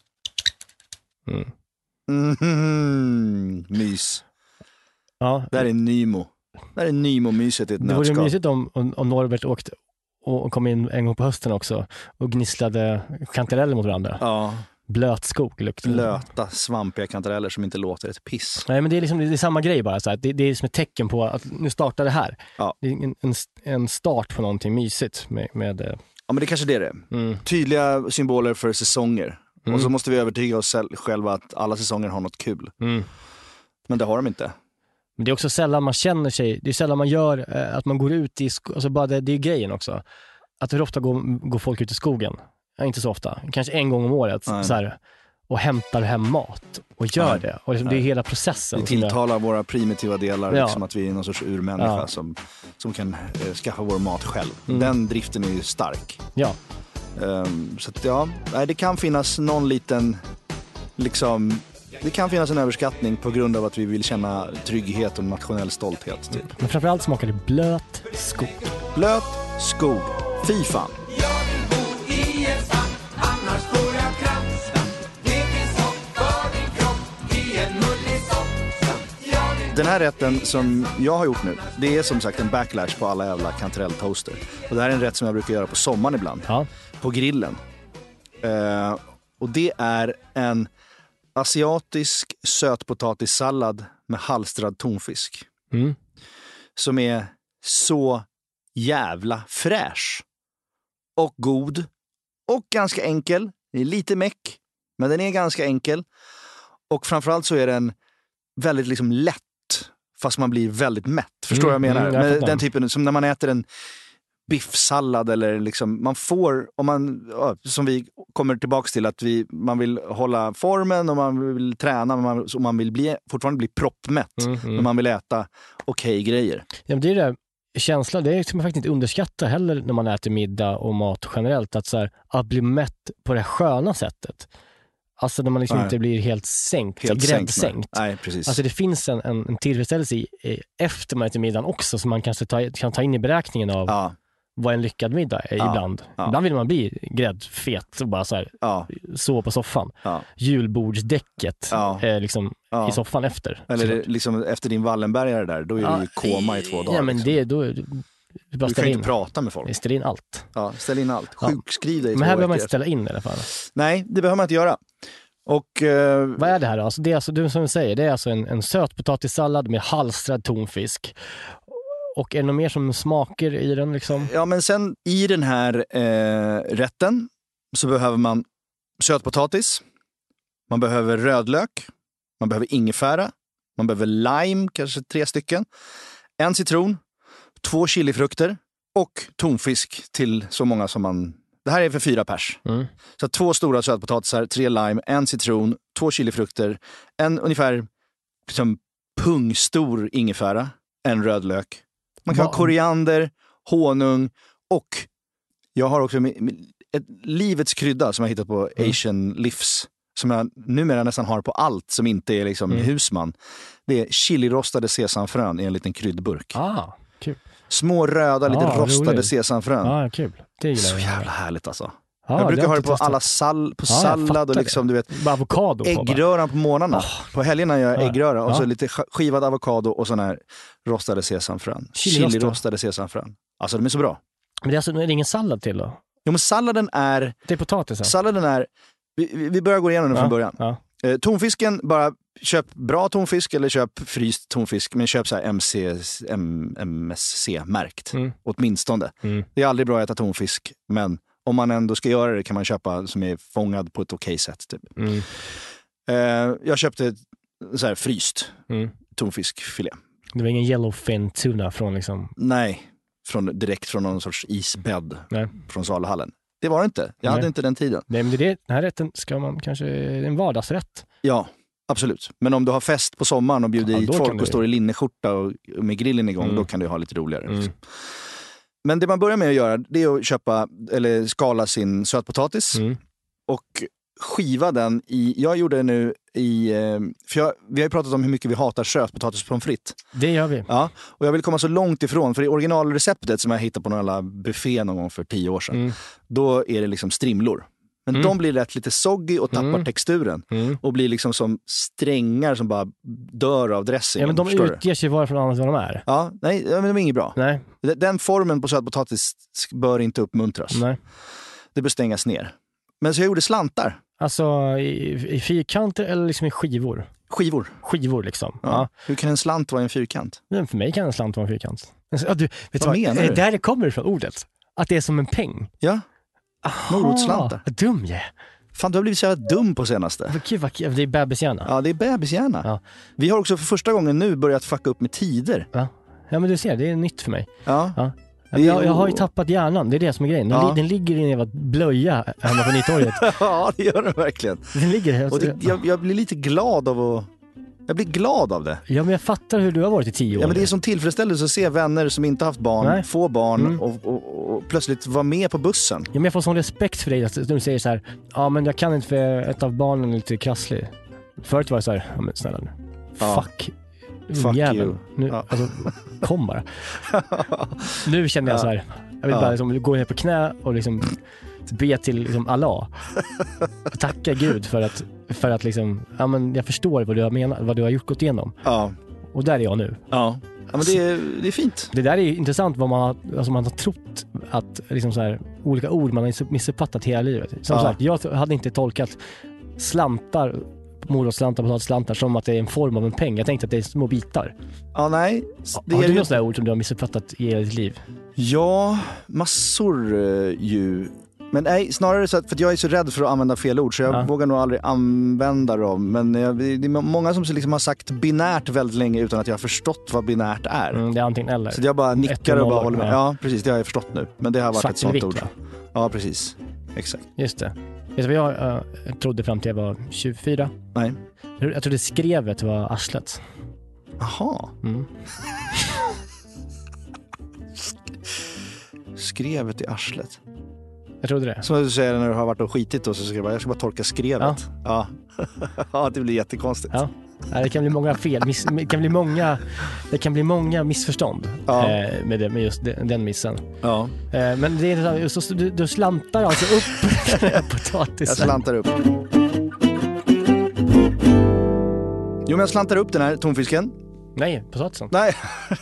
Mys. Ja. Det här är Nymo. Det här är Nymo-myset i ett nötskal. Det vore mysigt om Norbert åkte och kom in en gång på hösten också och gnisslade kantareller mot varandra. Ja. Blötskog luktar. Blöta, svampiga kantareller som inte låter ett piss. Nej, men det är liksom det är samma grej bara. Så här. Det är som ett tecken på att nu startar det här. Ja. Det är en start på någonting mysigt med Ja, men det kanske det är det. Tydliga symboler för säsonger. Och så måste vi övertyga oss själva att alla säsonger har något kul. Men det har de inte. Men det är också sällan man känner sig, det är sällan man gör att man går ut i alltså bara det är grejen också. Att hur ofta går folk ut i skogen? Ja, inte så ofta. Kanske en gång om året så här, och hämtar hem mat och gör det. Och liksom, det är hela processen. Vi tilltalar våra primitiva delar, liksom att vi är någon sorts urmänniska som kan skaffa vår mat själv. Den driften är ju stark. Ja. Så att det kan finnas någon liten liksom, det kan finnas en överskattning på grund av att vi vill känna trygghet och nationell stolthet typ. Men framförallt smakar det blöt skog. Blöt skog. Fy fan. Den här rätten som jag har gjort nu, det är som sagt en backlash på alla jävla kantarelltoaster. Och det här är en rätt som jag brukar göra på sommaren ibland. Ja. På grillen. Och det är en asiatisk sötpotatissallad med halstrad tonfisk. Som är så jävla fräsch. Och god. Och ganska enkel. Det är lite meck, men den är ganska enkel. Och framförallt så är den väldigt liksom lätt. Fast man blir väldigt mätt. Förstår jag menar? Med den typen, som när man äter en biffsallad eller liksom, man får, om man, som vi kommer tillbaka till, att man vill hålla formen och man vill träna, men man vill fortfarande bli proppmätt, men man vill äta okej grejer. Ja, men det är det känslan, det är som man faktiskt inte underskattar heller när man äter middag och mat generellt, att, så här, att bli mätt på det sköna sättet. Alltså när man liksom inte blir helt sänkt, gräddsänkt. Nej, precis. Alltså det finns en tillfredsställelse efter man äter middagen också, som man kanske kan ta in i beräkningen av vad en lyckad middag är ibland. Ibland vill man bli gräddfet och bara så här, så på soffan. Julbordsdäcket liksom i soffan efter. Eller liksom efter din Wallenbergare där, då är du i koma i 2 dagar. Ja, men liksom. Du kan inte prata med folk. Ställ in allt. Ja, ställ in allt. Sjukskriv dig. Men här behöver man inte ställa in i alla fall. Nej, det behöver man inte göra. Och, vad är det här då? Alltså, det är alltså, du som säger, det är alltså en sötpotatissallad med halstrad tonfisk. Och är det något mer som smaker i den liksom? Ja, men sen i den här rätten så behöver man sötpotatis, man behöver rödlök, man behöver ingefära, man behöver lime, kanske 3 stycken, 1 citron, 2 chilifrukter och tonfisk till så många som man... Det här är för 4 pers. Så 2 stora sötpotatisar, 3 lime, 1 citron, 2 chilifrukter, en ungefär liksom pungstor ingefära, 1 rödlök. Man kan ha koriander, honung och jag har också ett livets krydda som jag hittat på Asian Livs, som jag numera nästan har på allt som inte är liksom husman. Det är chilirostade sesamfrön i en liten kryddburk. Kul. Små röda, lite rostade sesamfrön. Kul. Det är så jävla härligt alltså. Jag brukar ha det på alla sallad och liksom, du vet, avokado äggröran på morgnarna. På helgerna gör jag äggröra och så lite skivad avokado och sån här rostade sesamfrön. Chili-rostade sesamfrön. Alltså de är så bra. Men det är ingen sallad till då? Jo, men salladen är... Det är potatis. Salladen är... Vi börjar gå igenom den från början. Tonfisken, bara köp bra tonfisk eller köp fryst tonfisk, men köp så här MSC-märkt åtminstone. Det är aldrig bra att äta tonfisk, men om man ändå ska göra det kan man köpa som är fångad på ett okej sätt typ. Jag köpte så här fryst tonfiskfilé. Det var ingen yellowfin tuna från liksom... Nej, direkt från någon sorts isbädd från Salahallen. Det var det inte. Jag hade inte den tiden. Nej, men den här rätten ska man kanske... en vardagsrätt. Ja, absolut. Men om du har fest på sommaren och bjuder hit folk och står i linneskjorta och med grillen igång, då kan du ha lite roligare. Men det man börjar med att göra, det är att köpa eller skala sin sötpotatis och skiva den i... Jag gjorde det nu i... För vi har ju pratat om hur mycket vi hatar sötpotatis pommes frites. Det gör vi. Ja, och jag vill komma så långt ifrån, för i originalreceptet som jag hittade på någon alla buffé någon gång för 10 år sedan, då är det liksom strimlor. Men de blir rätt lite soggy och tappar texturen. Och blir liksom som strängar som bara dör av dressing. Ja, men de utger sig varifrån annars vad de är. Ja, nej, men de är inget bra. Nej. Den formen på sötpotatis bör inte uppmuntras. Nej. Det bör stängas ner. Men så jag gjorde slantar. Alltså i fyrkanter eller liksom i skivor? Skivor liksom. Ja. Hur kan en slant vara en fyrkant? Men för mig kan en slant vara en fyrkant. Ja, du, vet vad menar du? Där det kommer ifrån ordet. Att det är som en peng. Ja, morotsslantar. Dum jag. Fan, du har blivit så jävla dum på senaste. Det är bebishjärna. Ja, det är bebishjärna. Ja. Vi har också för första gången nu börjat fucka upp med tider. Ja, men du ser, det är nytt för mig. Ja. Jag har ju tappat hjärnan, det är det som är grejen. Den ligger i en jävla blöja hemma på Nytorget. Ja, det gör den verkligen. Den ligger här. Och jag blir lite glad av Jag blir glad av det. Ja, men jag fattar hur du har varit i 10 år. Ja, men det är som tillfredsställelse att se vänner som inte haft barn, få barn och plötsligt vara med på bussen. Ja, men jag får sån respekt för dig att du säger så här: ja, men jag kan inte för ett av barnen är lite krasslig. Förut var det så här: ja, men snälla nu. Fuck you. Nu, alltså, kom bara. Nu känner jag så här: jag vill bara liksom gå ner på knä och liksom be till liksom Allah. Och tacka Gud för att liksom, ja, men jag förstår vad du har gått igenom. Ja. Och där är jag nu. Ja. Ja, men det är fint. Det där är ju intressant vad man har trott att liksom så här, olika ord man har missuppfattat hela livet. Som sagt, jag hade inte tolkat slantar, morotsslantar, potatisslantar som att det är en form av en peng. Jag tänkte att det är små bitar. Ja, nej. Har du några sådana ord som du har missuppfattat i ditt liv? Ja, massor ju. Men nej, snarare så att, för att jag är så rädd för att använda fel ord så jag vågar nog aldrig använda dem. Men det är många som liksom har sagt binärt väldigt länge utan att jag har förstått vad binärt är. Det är antingen eller. Så jag bara nickar och bara håller med. Ja, precis, det har jag förstått nu. Men det har varit svart ett sånt ord. Va? Ja, precis. Exakt. Just det. Vet du vad jag trodde fram till jag var 24? Nej. Jag trodde skrevet var arslet. Jaha. Skrevet i arslet. Jag trodde det. Som du säger när du har varit och skitit och så ska jag ska bara torka skrevet. Ja. Ja, det blir jättekonstigt. Ja. Det kan bli många fel. Det kan bli många missförstånd med just den missen. Ja. Men det är just du slantar alltså upp potatisen. Jag slantar upp. Jo, men jag slantar upp den här tonfisken. Nej, potatisen. Nej.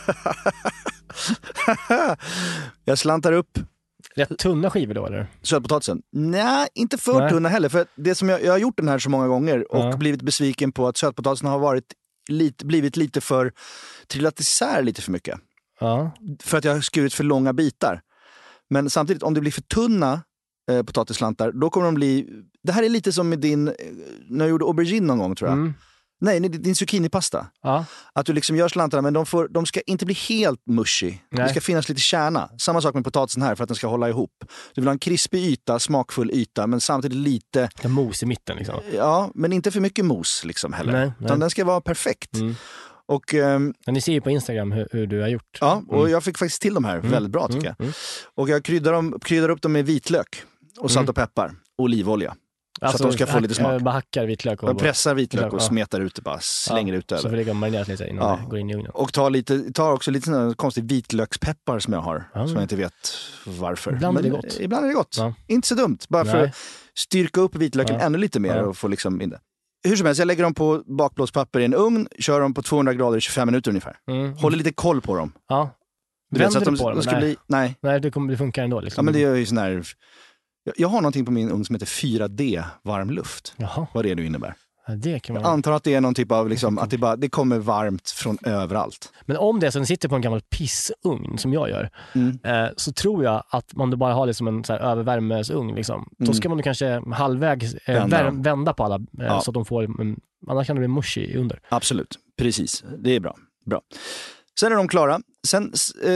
Jag slantar upp. Rätt tunna skivor då, eller? Sötpotatisen? Nej, inte för tunna heller. För det som jag har gjort den här så många gånger och blivit besviken på att sötpotatisen har blivit lite för trillat isär lite för mycket. För att jag har skurit för långa bitar. Men samtidigt, om det blir för tunna potatisslantar, då kommer de bli... Det här är lite som med när jag gjorde aubergine någon gång, tror jag. Nej, din zucchinipasta. Att du liksom gör slantarna, men de ska inte bli helt mushy. Det ska finnas lite kärna. Samma sak med potatisen här för att den ska hålla ihop. Du vill ha en krispig yta, smakfull yta, men samtidigt lite... mos i mitten liksom. Ja, men inte för mycket mos liksom heller. Nej. Utan den ska vara perfekt. Och, ni ser ju på Instagram hur du har gjort. Ja, och jag fick faktiskt till de här väldigt bra tycker jag. Och jag kryddar upp dem med vitlök och salt och peppar och olivolja. Alltså, så att de ska få lite smak. Bara hackar vitlök. Jag pressar vitlök och smetar ut det, bara slänger ut det över. Så får det marineras lite innan det går in i ugnen. Och tar också lite sån konstig vitlökspeppar som jag har. Som jag inte vet varför. Ibland är det gott. Ibland är det gott. Inte så dumt. Bara för att styrka upp vitlöken ännu lite mer och få liksom in det. Hur som helst, jag lägger dem på bakplåtspapper i en ugn. Kör dem på 200 grader i 25 minuter ungefär. Håller lite koll på dem. Ja. Vänder du på dem? Ska bli, nej. Nej, det funkar ändå. Liksom. Ja, men det är ju sån här... Jag har någonting på min ugn som heter 4D varm luft. Jaha. Vad det nu innebär. Ja, det kan man... Jag antar att det är någon typ av liksom, att det kommer varmt från överallt. Men om det är så den sitter på en gammal pissugn som jag gör, så tror jag att man bara har det som en så här övervärmesugn liksom. Då ska man kanske halvvägs vända på alla så att de får, annars kan det bli mushy under. Absolut, precis. Det är bra. Sen är de klara. Sen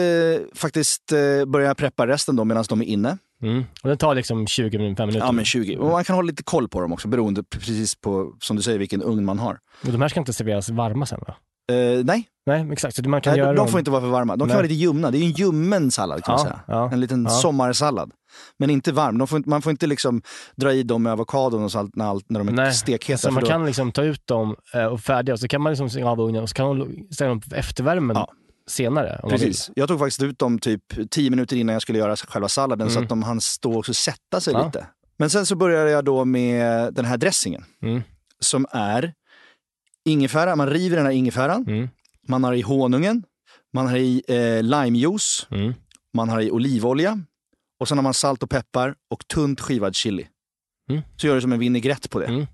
börjar jag preppa resten då medan de är inne. Och det tar liksom 20 minuter. Ja, men 20. Och man kan hålla lite koll på dem också, beroende precis på, som du säger, vilken ugn man har. Och de här ska inte serveras varma sen, va? Nej. Nej, exakt. Så man kan göra de får inte vara för varma. De kan vara lite ljumna. Det är ju en ljummen sallad, kan man säga. Ja. En liten sommarsallad. Men inte varm. Man får inte liksom dra i dem med avokadon och sånt när de är stekheta. Så man kan liksom ta ut dem och färdiga, och så kan man liksom stänga av ugnen och så kan man ställa dem på eftervärmen senare. Precis. Jag tog faktiskt ut dem typ 10 minuter innan jag skulle göra själva salladen så att de hann stå och sätta sig lite. Men sen så började jag då med den här dressingen som är ingefära. Man river den här ingefäran. Man har i honungen. Man har i limejuice. Man har i olivolja. Och sen har man salt och peppar och tunt skivad chili. Så gör du som en vinägrett på det.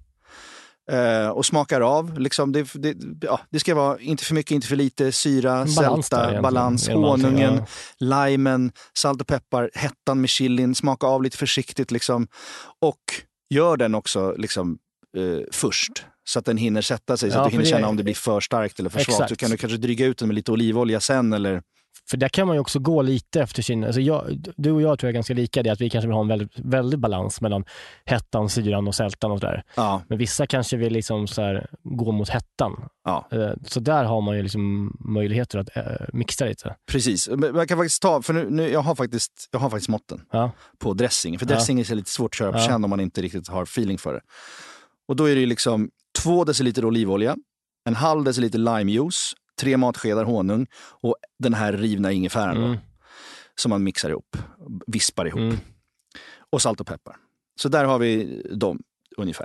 Och smakar av. Liksom det ska vara inte för mycket, inte för lite. Syra, sälta, balans, honungen, limen, salt och peppar, hettan med chilin. Smaka av lite försiktigt. Liksom. Och gör den också liksom, först. Så att den hinner sätta sig. Så att du hinner känna om det blir för starkt eller för svagt. Så kan du kanske dryga ut den med lite olivolja sen. Eller... För där kan man ju också gå lite efter sin... Alltså du och jag tror jag är ganska lika det, att vi kanske vill ha en väldigt, väldigt balans mellan hettan, syran och sältan och sådär. Ja. Men vissa kanske vill liksom så här, gå mot hettan. Ja. Så där har man ju liksom möjligheter att mixa lite. Precis. Man kan faktiskt ta... För nu jag har faktiskt måtten på dressing. För dressing är lite svårt att köra på känn om man inte riktigt har feeling för det. Och då är det ju liksom 2 deciliter olivolja, 1/2 deciliter limejuice, 3 matskedar honung och den här rivna ingefäran då, som man mixar ihop, vispar ihop. Och salt och peppar. Så där har vi dem ungefär.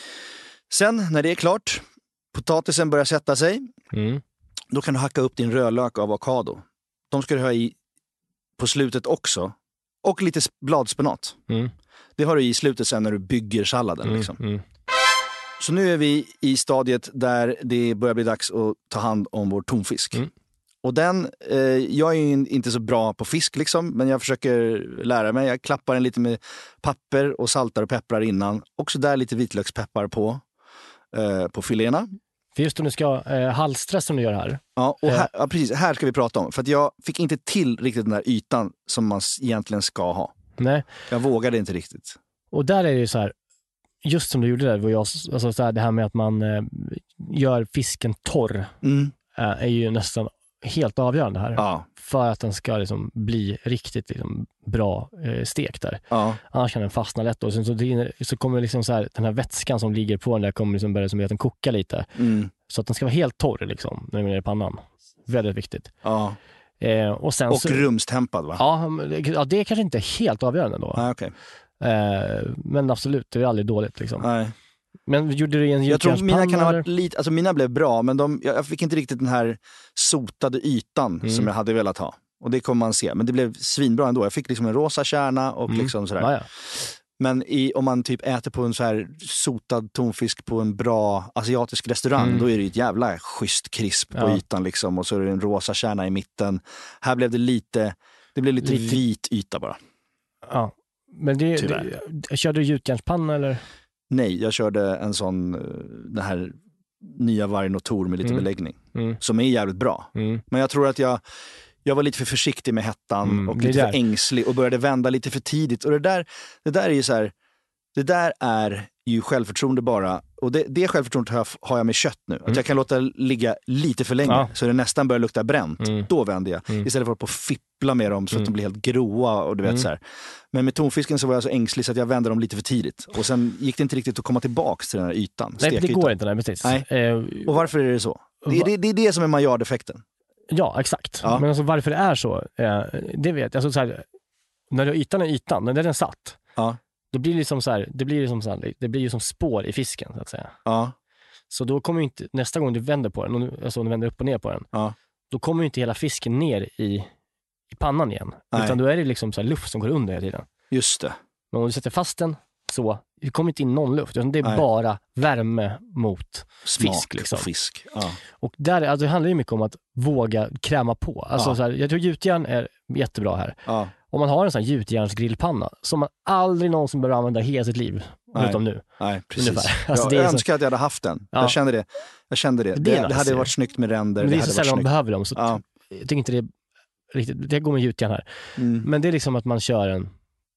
Sen när det är klart, potatisen börjar sätta sig, då kan du hacka upp din rödlök och avokado. De ska du ha i på slutet också. Och lite bladspenat. Det har du i slutet sen när du bygger salladen. Liksom. Så nu är vi i stadiet där det börjar bli dags att ta hand om vår tonfisk. Och den, jag är ju inte så bra på fisk liksom, men jag försöker lära mig. Jag klappar den lite med papper och saltar och pepprar innan. Också där lite vitlökspeppar på filéerna. För just om du ska halstra som du gör här. Ja, och här, precis. Här ska vi prata om. För att jag fick inte till riktigt den där ytan som man egentligen ska ha. Nej. Jag vågade inte riktigt. Och där är det ju så här, just som du gjorde där, alltså så här, det här med att man gör fisken torr är ju nästan helt avgörande här. Ja. För att den ska liksom bli riktigt liksom bra stek där. Ja. Annars kan den fastna lätt. Och så kommer liksom så här, den här vätskan som ligger på den där kommer liksom börja som att den kokar lite. Så att den ska vara helt torr liksom, när den är i pannan. Väldigt viktigt. Ja. Och rumstempad va? Ja, det är kanske inte helt avgörande då. Ah, okay. Men absolut, det är aldrig dåligt liksom. Nej. Men gjorde du en gjutjärnspanna? Jag tror mina kan ha varit lite, alltså mina blev bra, men jag fick inte riktigt den här sotade ytan som jag hade velat ha. Och det kommer man se, men det blev svinbra ändå. Jag fick liksom en rosa kärna och liksom sådär. Ja. Men om man typ äter på en så här sotad tonfisk på en bra asiatisk restaurang, då är det ett jävla schysst krisp på ytan liksom, och så är det en rosa kärna i mitten. Här blev det blev lite vit yta bara. Ja. Men körde du gjutjärnspanna eller? Nej, jag körde en sån, den här nya Vargnotor med lite beläggning. Som är jävligt bra. Men jag tror att jag var lite för försiktig med hettan och lite för ängslig och började vända lite för tidigt. Och det där är ju så här, det där är ju självförtroende bara. Och det självförtroendet har jag med kött nu. Att jag kan låta ligga lite för länge så det nästan börjar lukta bränt. Då vänder jag. Istället för att fippla med dem så att de blir helt gråa och du vet så här. Men med tonfisken så var jag så ängslig så att jag vände dem lite för tidigt. Och sen gick det inte riktigt att komma tillbaka till den här ytan. Nej, det går inte. Nej, precis. Nej. Och varför är det så? Det är det som är Maillard-effekten. Ja, exakt. Ja. Men alltså varför det är så, det vet jag. Alltså, så här, när ytan är ytan, när den är satt, då blir det liksom så här, det blir ju som spår i fisken så att säga. Ja. Så då kommer ju inte, nästa gång du vänder på den, alltså om du vänder upp och ner på den, då kommer ju inte hela fisken ner i pannan igen. Nej. Utan då är det liksom så här luft som går under hela tiden. Just det. Men om du sätter fast den så, det kommer inte in någon luft, utan det är bara värme mot smak fisk. Liksom. Fisk. Ja. Och där, alltså, det handlar ju mycket om att våga kräma på. Alltså, så här, jag tror gjutjärn är jättebra här. Ja. Om man har en sån här gjutjärnsgrillpanna som man aldrig någonsin behöver använda hela sitt liv, utom nu. Nej, precis. Alltså, jag önskar att jag hade haft den. Ja. Jag kände det. Det hade varit snyggt med ränder. Men det är så sällan man behöver dem. Så jag tycker inte det är riktigt, det går med gjutjärn här. Men det är liksom att man kör en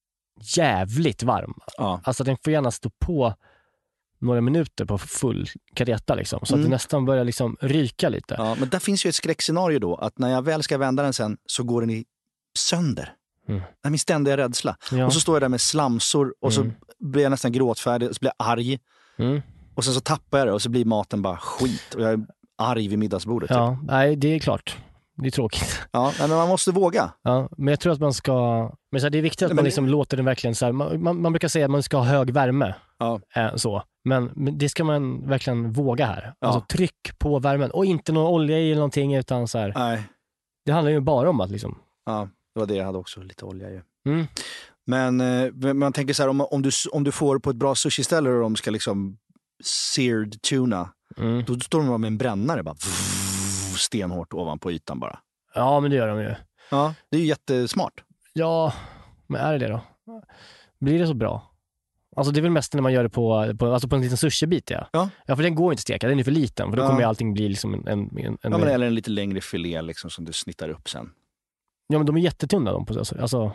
jävligt varm. Ja. Alltså den får gärna stå på några minuter på full kareta liksom, så att det nästan börjar liksom ryka lite. Ja, men där finns ju ett skräckscenario då, att när jag väl ska vända den sen så går den sönder. Det är min ständiga rädsla. Ja. Och så står jag där med slamsor och så blir jag nästan gråtfärdig och så blir jag arg. Och sen så tappar jag det och så blir maten bara skit och jag är arg vid middagsbordet. Ja, typ. Nej, det är klart. Det är tråkigt. Ja, men man måste våga. Ja, men jag tror att man ska... Men så här, det är viktigt att man liksom låter den verkligen så här... Man brukar säga att man ska ha hög värme. Ja. Så. Men det ska man verkligen våga här. Ja. Alltså tryck på värmen. Och inte någon olja i eller någonting, utan så här... Nej. Det handlar ju bara om att liksom... Ja, det var det jag hade också. Lite olja ju. Men man tänker så här, om du får på ett bra sushi-ställe och de ska liksom seared tuna, då står de med en brännare bara stenhårt ovanpå ytan bara. Ja, men det gör de ju. Ja, det är ju jättesmart. Ja, men är det då? Blir det så bra? Alltså det är väl mest när man gör det på en liten sushi-bit, ja, för den går inte att steka, den är för liten, för då kommer ju allting bli liksom eller en lite längre filé liksom, som du snittar upp sen. Ja, men de är jättetunna de på alltså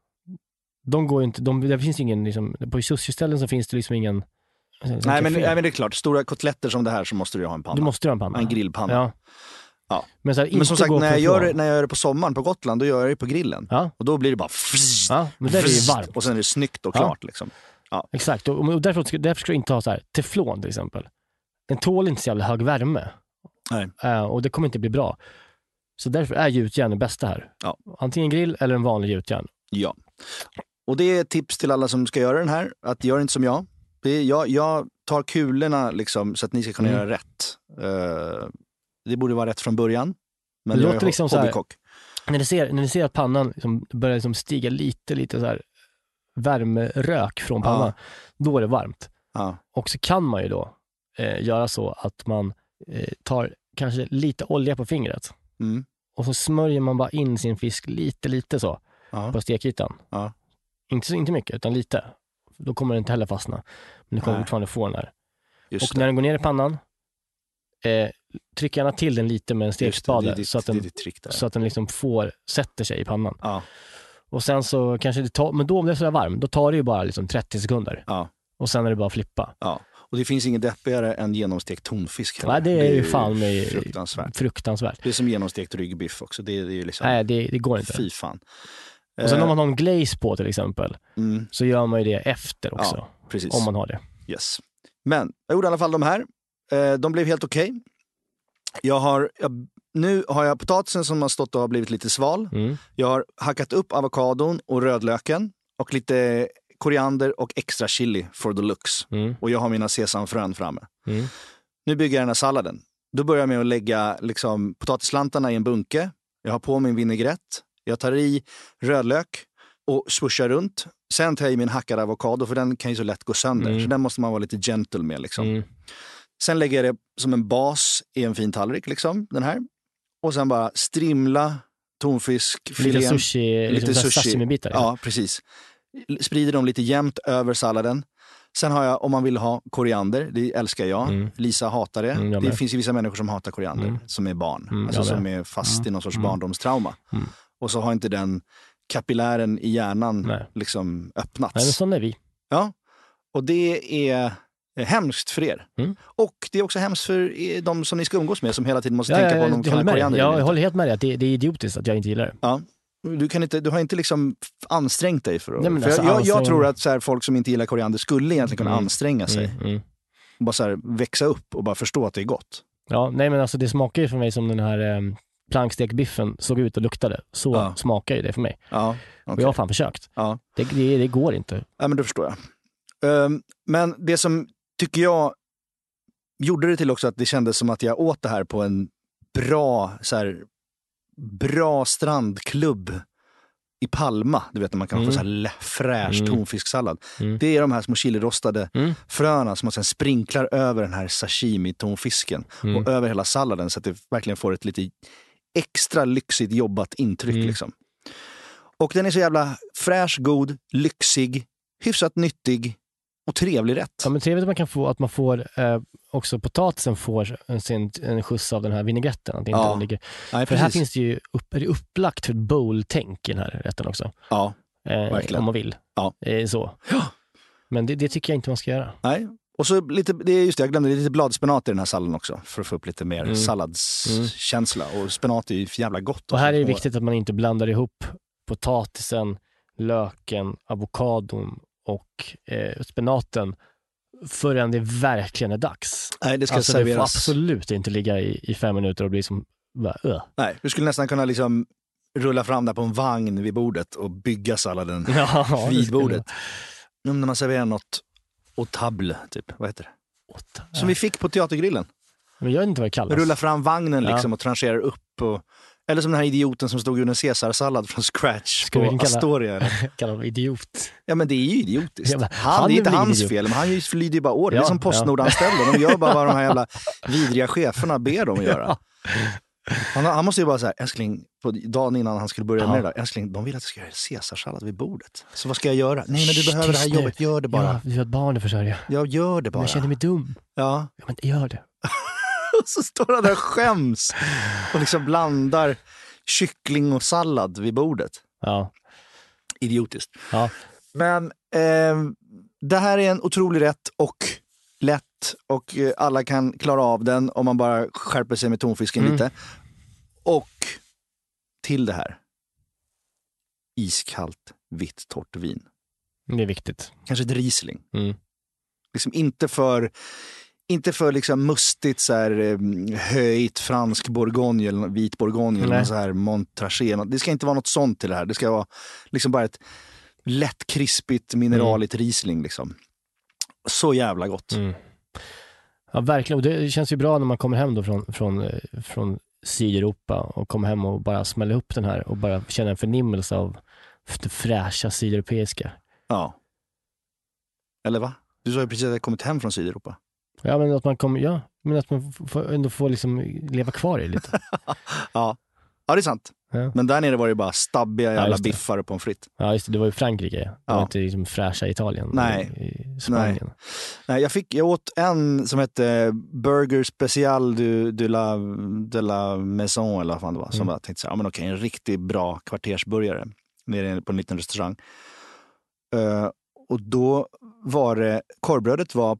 de går inte, det finns ingen liksom, på sushi-ställen så finns det liksom ingen. Nej, men det är klart, stora kotletter som det här så måste du ha en panna. Du måste ha en panna. En grillpanna. Ja. Men som sagt, när jag gör det på sommaren på Gotland, då gör jag det på grillen. Ja. Och då blir det bara men det är ju varmt. Och sen är det snyggt och klart liksom. Ja. Exakt, och därför ska du inte ha så här teflon till exempel. Den tål inte så jävla hög värme. Nej. Och det kommer inte bli bra. Så därför är gjutjärn det bästa här. Ja. Antingen grill eller en vanlig gjutjärn. Ja. Och det är ett tips till alla som ska göra den här, att gör inte som jag. Jag tar kulorna liksom, så att ni ska kunna göra rätt. Det borde vara rätt från början. Men det låter liksom så här, när ni ser att pannan liksom börjar liksom stiga lite så här värmerök från pannan, då är det varmt. Ja. Och så kan man ju då göra så att man tar kanske lite olja på fingret. Och så smörjer man bara in sin fisk lite så på stekytan. Ja. Inte mycket, utan lite. Då kommer den inte heller fastna. Men du kommer fortfarande få den här. Och när den går ner i pannan, tryck gärna till den lite med en stekspade så att den liksom sätter sig i pannan. Ja. Och sen så kanske det tar, men då om det är så där varm, då tar det ju bara liksom 30 sekunder. Ja. Och sen är det bara att flippa. Ja. Och det finns inget deppigare än genomstekt tonfisk. Nej, det är ju fan med fruktansvärt. Det är som genomstekt ryggbiff också. Det är ju liksom... Nej, det går inte. Fy fan. Och sen om man har en glaze på till exempel, så gör man ju det efter också. Ja, precis. Om man har det. Yes. Men jag gjorde i alla fall de här. De blev helt okej. Nu har jag potatisen som har stått och har blivit lite sval. Jag har hackat upp avokadon och rödlöken och lite koriander och extra chili for the looks. Och jag har mina sesamfrön framme. Nu bygger jag den här salladen. Då börjar jag med att lägga liksom potatisslantarna i en bunke. Jag har på min vinägrett. Jag tar i rödlök och swooshar runt. Sen tar jag i min hackade avokado, för den kan ju så lätt gå sönder. Så den måste man vara lite gentle med liksom. Sen lägger jag det som en bas i en fin tallrik liksom, den här. Och sen bara strimla tonfiskfilén. Lite sushi. Sashimi-bitar. Ja, precis. Sprider dem lite jämnt över salladen. Sen har jag, om man vill ha koriander, det älskar jag. Lisa hatar det. Det finns ju vissa människor som hatar koriander, som är barn. Alltså som är fast i någon sorts barndomstrauma. Och så har inte den kapillären i hjärnan liksom öppnats. Nej, men sån är vi. Ja, och det är hemskt för er. Och det är också hemskt för de som ni ska umgås med, som hela tiden måste tänka på om de kan koriander. Jag håller helt med dig att det är idiotiskt att jag inte gillar det. Ja. Du har inte liksom ansträngt dig för att... Nej, för jag tror att så här, folk som inte gillar koriander skulle egentligen kunna anstränga sig. Och bara så här, växa upp och bara förstå att det är gott. Ja, nej men alltså det smakar ju för mig som den här plankstekbiffen såg ut och luktade. Så smakar ju det för mig. Ja, okay. Och jag har fan försökt. Ja. Det går inte. Ja, men det förstår jag. Men det som tycker jag gjorde det till också att det kändes som att jag åt det här på en bra strandklubb i Palma. Du vet när man kan få så här fräsch tonfisksallad. Det är de här små chilirostade fröna som man sen sprinklar över den här sashimi-tonfisken och över hela salladen så att det verkligen får ett lite extra lyxigt jobbat intryck liksom. Och den är så jävla fräsch, god, lyxig, hyfsat nyttig och trevlig rätt. Ja, men trevligt att man får också potatisen får en skjuts av den här vinägretten. Att inte ligger. Nej, för här finns det ju är det upplagt för ett bowl-tänk i den här rätten också. Ja, verkligen. Om man vill. Ja. Så. Ja. Men det tycker jag inte man ska göra. Nej. Och så lite, jag glömde lite bladspenat i den här salladen också. För att få upp lite mer salladskänsla. Och spenat är ju jävla gott. Och här är det viktigt att man inte blandar ihop potatisen, löken, avokadon och spenaten förrän det verkligen är dags. Nej, det ska serveras. Det får absolut inte ligga i 5 minuter och bli som... Nej, du skulle nästan kunna liksom rulla fram där på en vagn vid bordet och bygga salladen vid bordet. När man serverar något au table, typ. Vad heter det? Som vi fick på teatergrillen. Men jag vet inte vad det kallas. Rulla fram vagnen liksom och trancherar upp och Eller som den här idioten som stod under en caesarsallad från scratch på Astoria. Kallar honom idiot. Ja, men det är ju idiotiskt. Ja, det är inte hans fel, men han flyger ju bara order. Det är som Postnord-anställda. De gör bara vad de här jävla vidriga cheferna ber dem att göra. Han måste ju bara säga, älskling, på dagen innan han skulle börja med det där, älskling, de vill att jag ska göra caesarsallad vid bordet. Så vad ska jag göra? Nej, men du behöver det här jobbet, gör det bara. Ja, du har ett barn att försörja. Jag gör det bara. Jag känner mig dum. Ja. Men gör det. Och så står han där och skäms och liksom blandar kyckling och sallad vid bordet. Ja. Idiotiskt. Ja. Men det här är en otrolig rätt och lätt och alla kan klara av den om man bara skärper sig med tonfisken lite. Och till det här iskallt vitt torrt vin. Det är viktigt. Kanske ett Riesling. Liksom inte för liksom mustigt så här höjt fransk bourgogne eller vit bourgogne eller så här Montrachet. Det ska inte vara något sånt till det här. Det ska vara liksom bara ett lätt krispigt mineraligt Riesling liksom. Så jävla gott. Ja, verkligen. Och det känns ju bra när man kommer hem då från Sydeuropa och kommer hem och bara smäller upp den här och bara känner en förnimmelse av det fräscha sydeuropeiska. Ja. Eller va? Du sa ju precis att jag kommit hem från Sydeuropa. Ja, men att man ändå får liksom leva kvar i lite. Ja, det är sant. Ja. Men där nere var det bara stabbiga jävla biffar och pommes frites. Ja, just det. Det var ju Frankrike. Det var inte liksom fräscha Italien. Nej. I Spanien. Nej, jag åt en som hette Burger Special de la Maison eller vad fan det var. Som jag tänkte så här, men okej, en riktigt bra kvartersburgare nere på en liten restaurang. Och då var det, korvbrödet var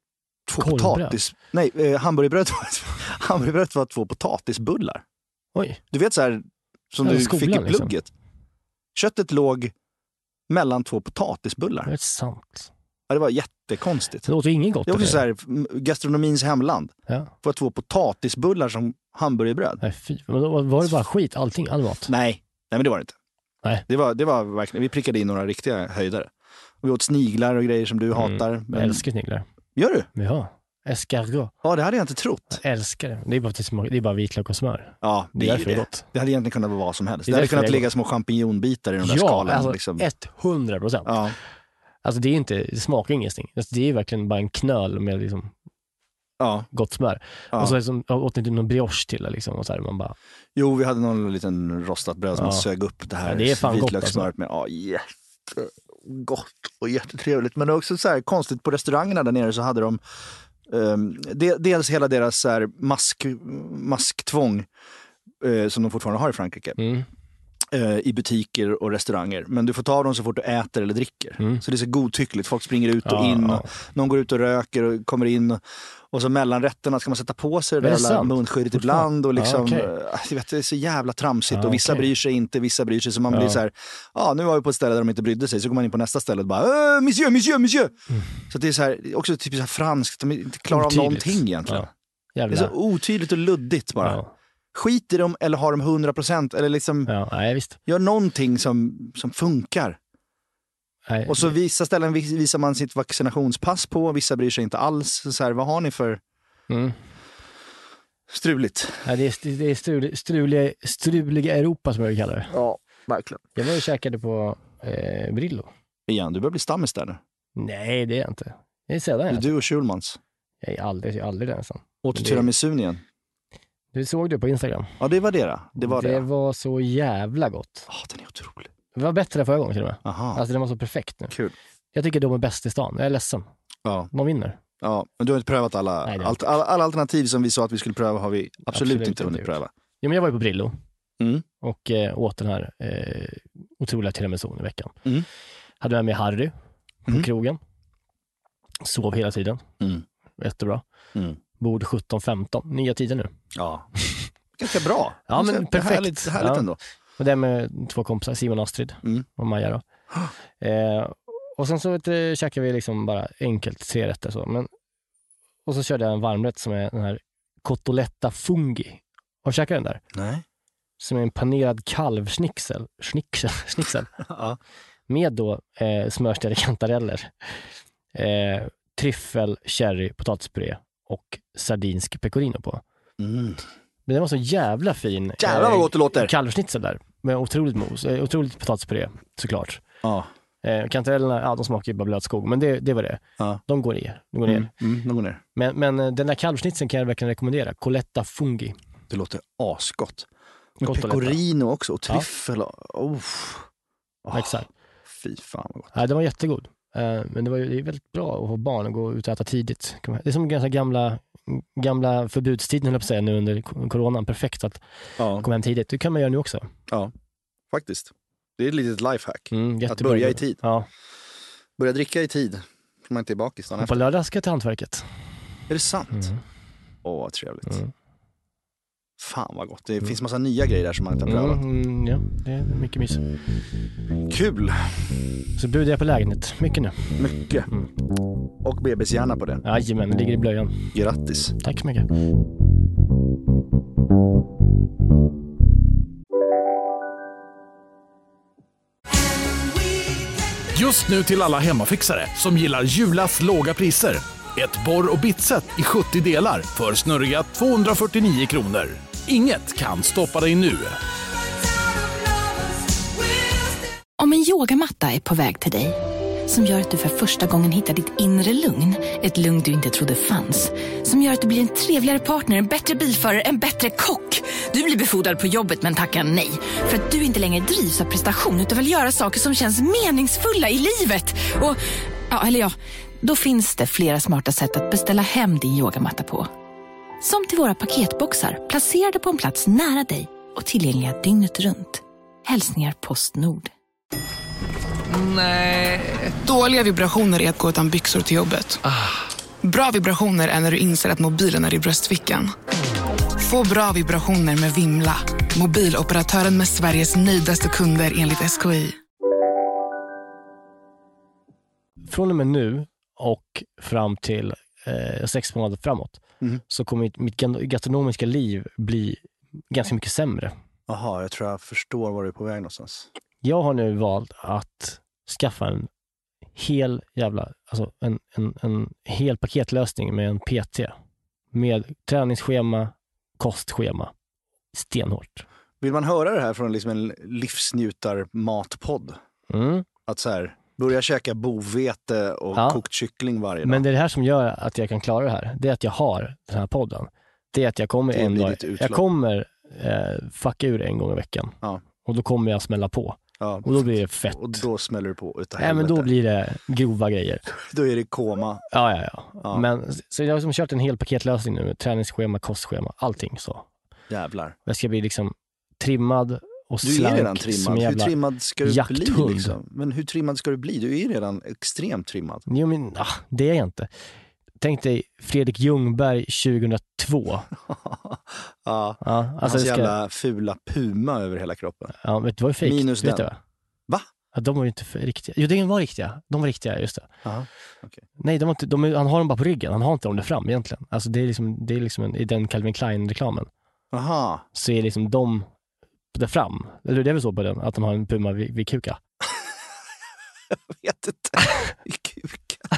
hamburgerbrödet var 2 potatisbullar. Oj. Du vet så här som du skolan, fick i plugget. Liksom. Köttet låg mellan 2 potatisbullar. Det är sant. Ja, det var jättekonstigt. Det låter ingen gott. Det var också så här, gastronomins hemland. Ja. Det var 2 potatisbullar som hamburgerbröd. Nej, fy. Men då var det bara skit, all mat? Nej, men det var det inte. Nej. Det var verkligen, vi prickade in några riktiga höjdare. Och vi åt sniglar och grejer som du hatar. Jag älskar sniglar. Gör du? Ja. Escargot. Ja, det hade jag inte trott. Jag älskar det. Det är bara vitlök och smör. Ja, det är det. Gott. Det hade egentligen kunnat vara vad som helst. Det hade kunnat ligga små champinjonbitar i de där skalen. Alltså, liksom. 100%. Ja. Alltså det smakar ingenting. Alltså, det är verkligen bara en knöl med liksom gott smör. Ja. Och så liksom, åt inte någon brioche till det liksom. Och så här, man bara... Jo, vi hade någon liten rostat bröd som man sög upp det här det är fan vitlökssmöret med. Ja, jättegott och jättetrevligt. Men det är också så här konstigt, på restaurangerna där nere så hade de dels hela deras så här masktvång som de fortfarande har i Frankrike i butiker och restauranger, men du får ta dem så fort du äter eller dricker. Så det är så godtyckligt, folk springer ut och in och någon går ut och röker och kommer in och så mellan rätterna ska man sätta på sig det där munskyddet ibland och liksom, jag vet, det är så jävla tramsigt och vissa bryr sig inte, vissa bryr sig, så man blir så här, nu var vi på ett ställe där de inte brydde sig, så går man in på nästa ställe och bara monsieur. Så det är så här, också typ så här franskt, de inte klarar av någonting egentligen. Det är så otydligt och luddigt bara. Skit i dem eller har de 100% eller liksom visst. Gör någonting som funkar. Nej, och så vissa ställen visar man sitt vaccinationspass på, vissa bryr sig inte alls. Så här, vad har ni för struligt? Ja, det är struliga Europa som jag vill kalla det. Ja, verkligen. Jag var och käkade på Brillo. Igen, du börjar bli stammis där nu. Nej, det är jag inte. Det är sedan du och Schulmans. Jag är aldrig där nästan. Åt du tiramisun igen? Du såg det på Instagram. Ja, det var det. Det var så jävla gott. Den är otrolig. Det var bättre förra gången till och med. Aha. Alltså den var så perfekt nu. Kul. Jag tycker de är bäst i stan. Jag är ledsen. Ja. De vinner. Ja, men du har inte prövat alla alternativ som vi sa att vi skulle pröva har vi absolut inte hunnit pröva. Ja, men jag var ju på Brillo och åt den här otroliga tiramisun i veckan. Hade med mig Harry på krogen. Sov hela tiden. Jättebra. Bord 17-15. Nya tider nu. Ja. Ganska bra. Ja, men perfekt. Härligt ändå. Och det med 2 kompisar, Simon och Astrid och Maja då. Och sen så käkade vi liksom bara enkelt 3 rätter så. Och så körde jag en varmrätt som är den här cotoletta fungi. Har du käkat den där? Nej. Som är en panerad kalvschnitzel. Schnitzel. Ja. Med då smörstärkta kantareller. Tryffel, cherry, potatispuré och sardinsk pecorino på. Men det var så jävla fin. Jävlar vad gott det låter. Kalvsnitzel där. Med otroligt mos. Otroligt potatispuré, såklart. Ja. Kantarellerna, de smakar ju bara blötskog. Men det var det. Ja. De går ner. De går ner. Men den där kalvsnitzeln kan jag verkligen rekommendera. Coletta fungi. Det låter asgott. Med pecorino också och tryffel. Ja. Exakt. Fy fan vad gott. Ja, det var jättegod. Men det är väldigt bra att få barn och gå ut och äta tidigt. Det är som ganska gamla förbudstiden, höll jag på att säga, nu under coronan. Perfekt att komma hem tidigt. Det kan man göra nu också. Ja, faktiskt. Det är ett litet lifehack. Att börja i tid. Ja. Börja dricka i tid. Så man inte är bakis. På lördag ska jag till hantverket. Är det sant? Vad trevligt. Fan vad gott. Det finns massa nya grejer där som man inte har prövat. Ja, det är mycket mys. Kul. Så budar jag på lägenhet. Mycket nu. Mycket. Och bebishjärna på det. Jajamän, det ligger i blöjan. Grattis. Tack så mycket. Just nu till alla hemmafixare som gillar Julas låga priser. Ett borr- och bitset i 70 delar för snurriga 249 kronor. Inget kan stoppa dig nu. Om en yogamatta är på väg till dig, som gör att du för första gången hittar ditt inre lugn, ett lugn du inte trodde fanns, som gör att du blir en trevligare partner, en bättre bilförare, en bättre kock. Du blir befordrad på jobbet men tackar nej, för att du inte längre drivs av prestation utan vill göra saker som känns meningsfulla i livet. Och, då finns det flera smarta sätt att beställa hem din yogamatta på. Som till våra paketboxar, placerade på en plats nära dig och tillgängliga dygnet runt. Hälsningar Postnord. Nej. Dåliga vibrationer är att gå utan byxor till jobbet. Bra vibrationer är när du inser att mobilen är i bröstfickan. Få bra vibrationer med Vimla. Mobiloperatören med Sveriges nöjdaste kunder enligt SKI. Från och med nu och fram till 6 månader framåt så kommer mitt gastronomiska liv bli ganska mycket sämre. Jaha, jag tror jag förstår var du är på väg någonstans. Jag har nu valt att skaffa en hel en hel paketlösning med en PT. Med träningsschema, kostschema. Stenhårt. Vill man höra det här från liksom en livsnjutar-matpodd? Att så här, börja käka bovete och kokt kyckling varje dag. Men det är det här som gör att jag kan klara det här. Det är att jag har den här podden. Det är att jag kommer fucka ur en gång i veckan. Ja. Och då kommer jag smälla på. Ja. Och då blir det fett. Och då smäller du på utav helvete. Men då blir det grova grejer. Då är det koma. Ja. Men så jag har kört en hel paketlösning nu med träningsschema, kostschema, allting så. Jävlar. Jag ska bli liksom trimmad och slank. Du är redan trimmad. Hur trimmad ska du bli liksom? Men hur trimmad ska du bli? Du är redan extremt trimmad. Jo, men det är jag inte. Tänk dig Fredrik Ljungberg 2002. Hans jävla fula puma över hela kroppen. Ja, vet du vad är fake? Minus vet den. Du, va? Ja, de var ju inte riktiga. Jo, de var riktiga. De var riktiga, just det. Okay. Nej, han har dem bara på ryggen. Han har inte dem där fram egentligen. Alltså det är liksom i den Calvin Klein-reklamen. Aha. Så är liksom de där fram. Eller det är väl så på den, att de har en puma vid kuka. Jag vet inte. Vid kuka.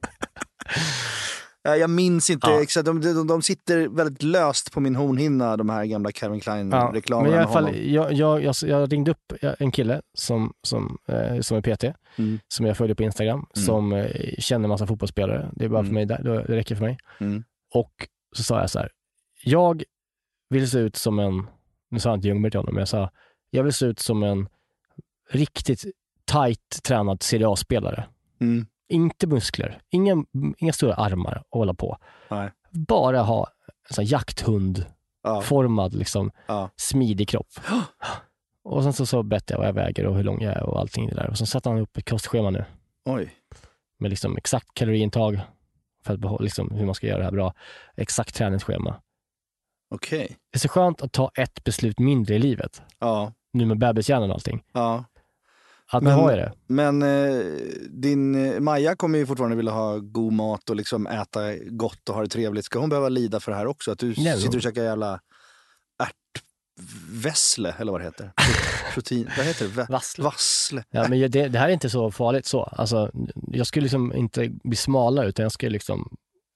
Jag minns inte exakt. De sitter väldigt löst på min hornhinna, de här gamla Calvin Klein-reklamerna. Men i alla fall, jag ringde upp en kille som är PT, som jag följer på Instagram, som känner massa fotbollsspelare. Det är bara för mig där, det räcker för mig. Och så sa jag så här: jag vill se ut som en, nu sa jag inte Ljungberg till honom, men jag sa, jag vill se ut som en riktigt tight tränad Serie A-spelare. Inte muskler, inga stora armar att hålla på. Nej. Bara ha en sån jakthund formad liksom, smidig kropp. Och sen så berättade jag vad jag väger och hur lång jag är och allting det där. Och så satte han upp ett kostschema nu. Oj. Med liksom exakt kaloriintag för att behålla, liksom, hur man ska göra det här bra. Exakt träningsschema. Okej. Det är så skönt att ta ett beslut mindre i livet. Ja. Nu med bebishjärnan och allting. Ja. Att man har det. Men din Maja kommer ju fortfarande vilja ha god mat och liksom äta gott och ha det trevligt. Ska hon behöva lida för det här också? Att du sitter och käkar jävla ärtvässle, eller vad det heter? Protein, vad heter det? Vassle. Ja, men det här är inte så farligt så. Alltså, jag skulle liksom inte bli smalare, utan jag skulle liksom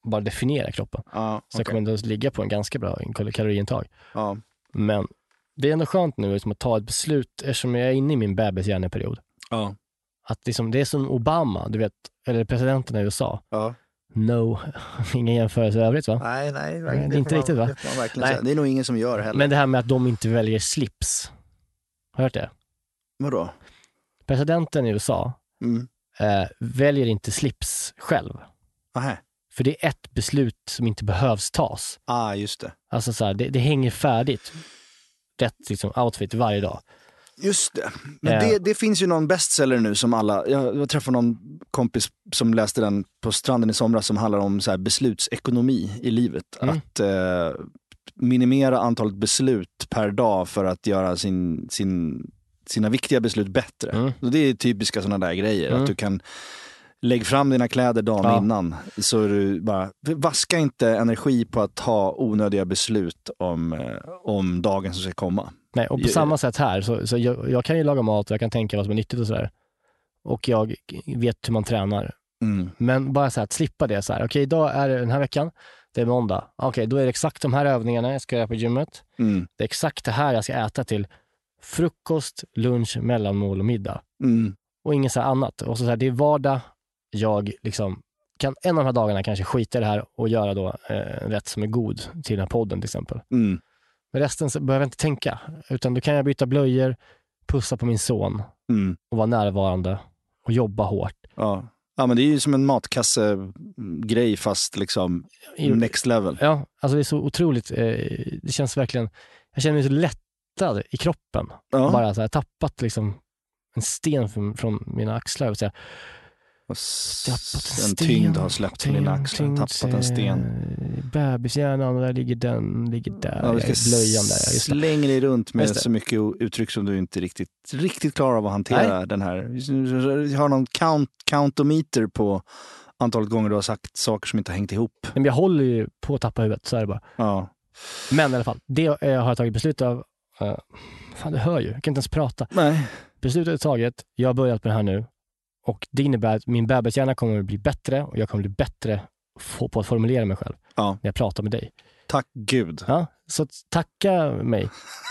bara definiera kroppen. Så jag kommer ändå ligga på en ganska bra kaloriintag. Men det är ändå skönt nu liksom, att ta ett beslut eftersom jag är inne i min bebishjärneperiod. Att liksom, det är som Obama, du vet, eller presidenten i USA. No, ingen jämförelse övrigt va? Nej, det är inte riktigt va? Det är nog ingen som gör heller. Men det här med att de inte väljer slips. Har du hört det? Vadå? Presidenten i USA väljer inte slips själv. För det är ett beslut som inte behövs tas. Just det. Alltså så här, det hänger färdigt. Rätt liksom, outfit varje dag. Just det. Men det finns ju någon bestseller nu som alla... Jag träffade någon kompis som läste den på stranden i somras som handlar om så här beslutsekonomi i livet. Att minimera antalet beslut per dag för att göra sina viktiga beslut bättre. Och det är typiska sådana där grejer. Att du kan lägga fram dina kläder dagen innan. Så är du bara... Vaska inte energi på att ta onödiga beslut om dagen som ska komma. Nej, och på samma sätt här. Så jag kan ju laga mat och jag kan tänka vad som är nyttigt och sådär. Och jag vet hur man tränar. Men bara så här, att slippa det så här. Okej, idag är det den här veckan. Det är måndag. Okej, då är det exakt de här övningarna jag ska göra på gymmet. Det är exakt det här jag ska äta till frukost, lunch, mellanmål och middag. Och inget så här annat. Och så här, det är vardag. Jag liksom kan en av de här dagarna kanske skita i det här och göra då en rätt som är god till den här podden till exempel. Men resten så behöver jag inte tänka. Utan då kan jag byta blöjor, pussa på min son och vara närvarande och jobba hårt. Ja, men det är ju som en matkasse-grej fast liksom next level. Ja, alltså det är så otroligt. Det känns verkligen... Jag känner mig så lättad i kroppen. Bara så här, tappat liksom en sten från mina axlar. Och så här, en tyngd har släppt från dina axlar, tappat en sten. Bebishjärnan, där ligger där. Vi ska blöjan där. Släng dig runt med så mycket uttryck som du inte riktigt klarar av att hantera. Den här. Jag har någon countometer på antalet gånger du har sagt saker som inte har hängt ihop. Men jag håller ju på att tappa huvudet, så är det bara. Men i alla fall, det har jag tagit beslut av. Fan, du hör ju. Jag kan inte ens prata. Nej. Beslutet är taget. Jag har börjat med det här nu. Och det innebär att min bebishjärna kommer att bli bättre och jag kommer bli bättre på att formulera mig själv när jag pratar med dig. Tack Gud. Ja, så tacka mig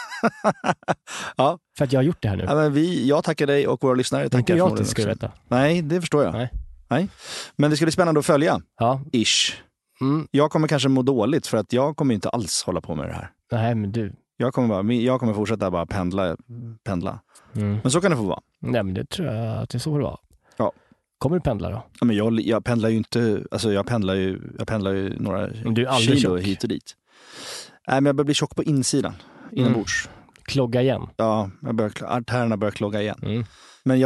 för att jag har gjort det här nu. Ja, men jag tackar dig och våra lyssnare. Inte jag det ska du veta. Nej, det förstår jag. Nej. Men det ska bli spännande att följa. Ish. Jag kommer kanske må dåligt för att jag kommer inte alls hålla på med det här. Nej, men du... Jag kommer fortsätta bara pendla. Men så kan det få vara. Nej, men det tror jag att det är så det var. Kommer du pendla då? Ja, men jag pendlar ju inte, alltså jag pendlar ju några kilo hit och dit. Nej, men jag börjar bli tjock på insidan, inombords. Klogga igen? Ja, artärerna börjar klogga igen. Men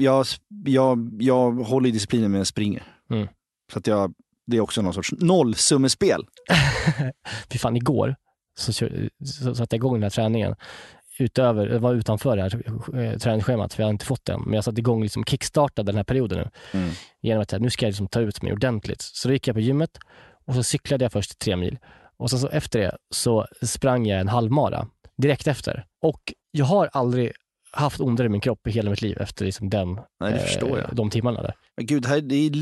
jag håller i disciplinen med att springa. Så att det är också någon sorts nollsummespel. Fy fan, igår så satte jag igång den här träningen. Det var utanför det här träningsschemat, för jag har inte fått den. Men jag satte igång, liksom kickstartade den här perioden nu. Genom att nu ska jag liksom ta ut mig ordentligt. Så då gick jag på gymmet och så cyklade jag först 3 mil. Och så efter det så sprang jag en halvmara direkt efter. Och jag har aldrig haft ondare i min kropp i hela mitt liv efter liksom de timmarna där. Men gud, det är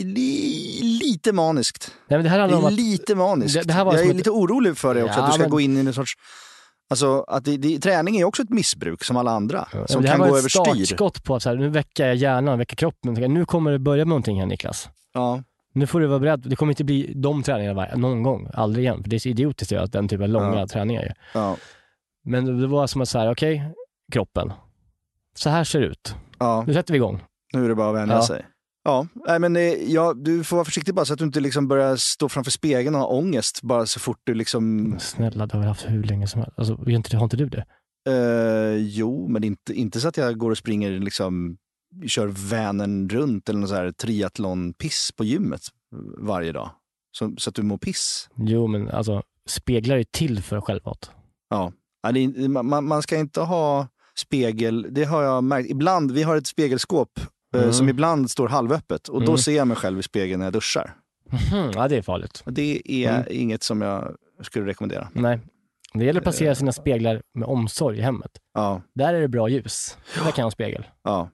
lite maniskt. Nej, men det här handlar om att... lite maniskt. Jag är lite orolig för det också, att du ska gå in i en sorts... Alltså, att träning är också ett missbruk som alla andra. Som det kan gå överstyr. Det här var ett startskott på att så här, nu väcker jag hjärnan, väcker kroppen. Nu kommer det börja med någonting här, Niklas. Nu får du vara beredd. Det kommer inte bli de träningarna någon gång. Aldrig igen. För det är så idiotiskt att den typen av långa träningar är. Men det var som att säga, okej, kroppen. Så här ser det ut. Nu sätter vi igång. Nu är det bara att vänja sig. Ja, men du får vara försiktig bara så att du inte liksom börjar stå framför spegeln och ha ångest bara så fort du liksom... Snälla, det har jag haft hur länge som helst. Alltså, har inte du det? Jo, men inte så att jag går och springer liksom, kör Vänern runt eller någon så här triathlon-piss på gymmet varje dag. Så att du mår piss. Jo, men alltså, speglar är till för självhat. Ja, man ska inte ha spegel. Det har jag märkt. Ibland, vi har ett spegelskåp som ibland står halvöppet. Och då ser jag mig själv i spegeln när jag duschar. Ja, det är farligt. Det är inget som jag skulle rekommendera. Nej, det gäller att placera sina speglar med omsorg i hemmet. Där är det bra ljus. Där kan jag ha spegel.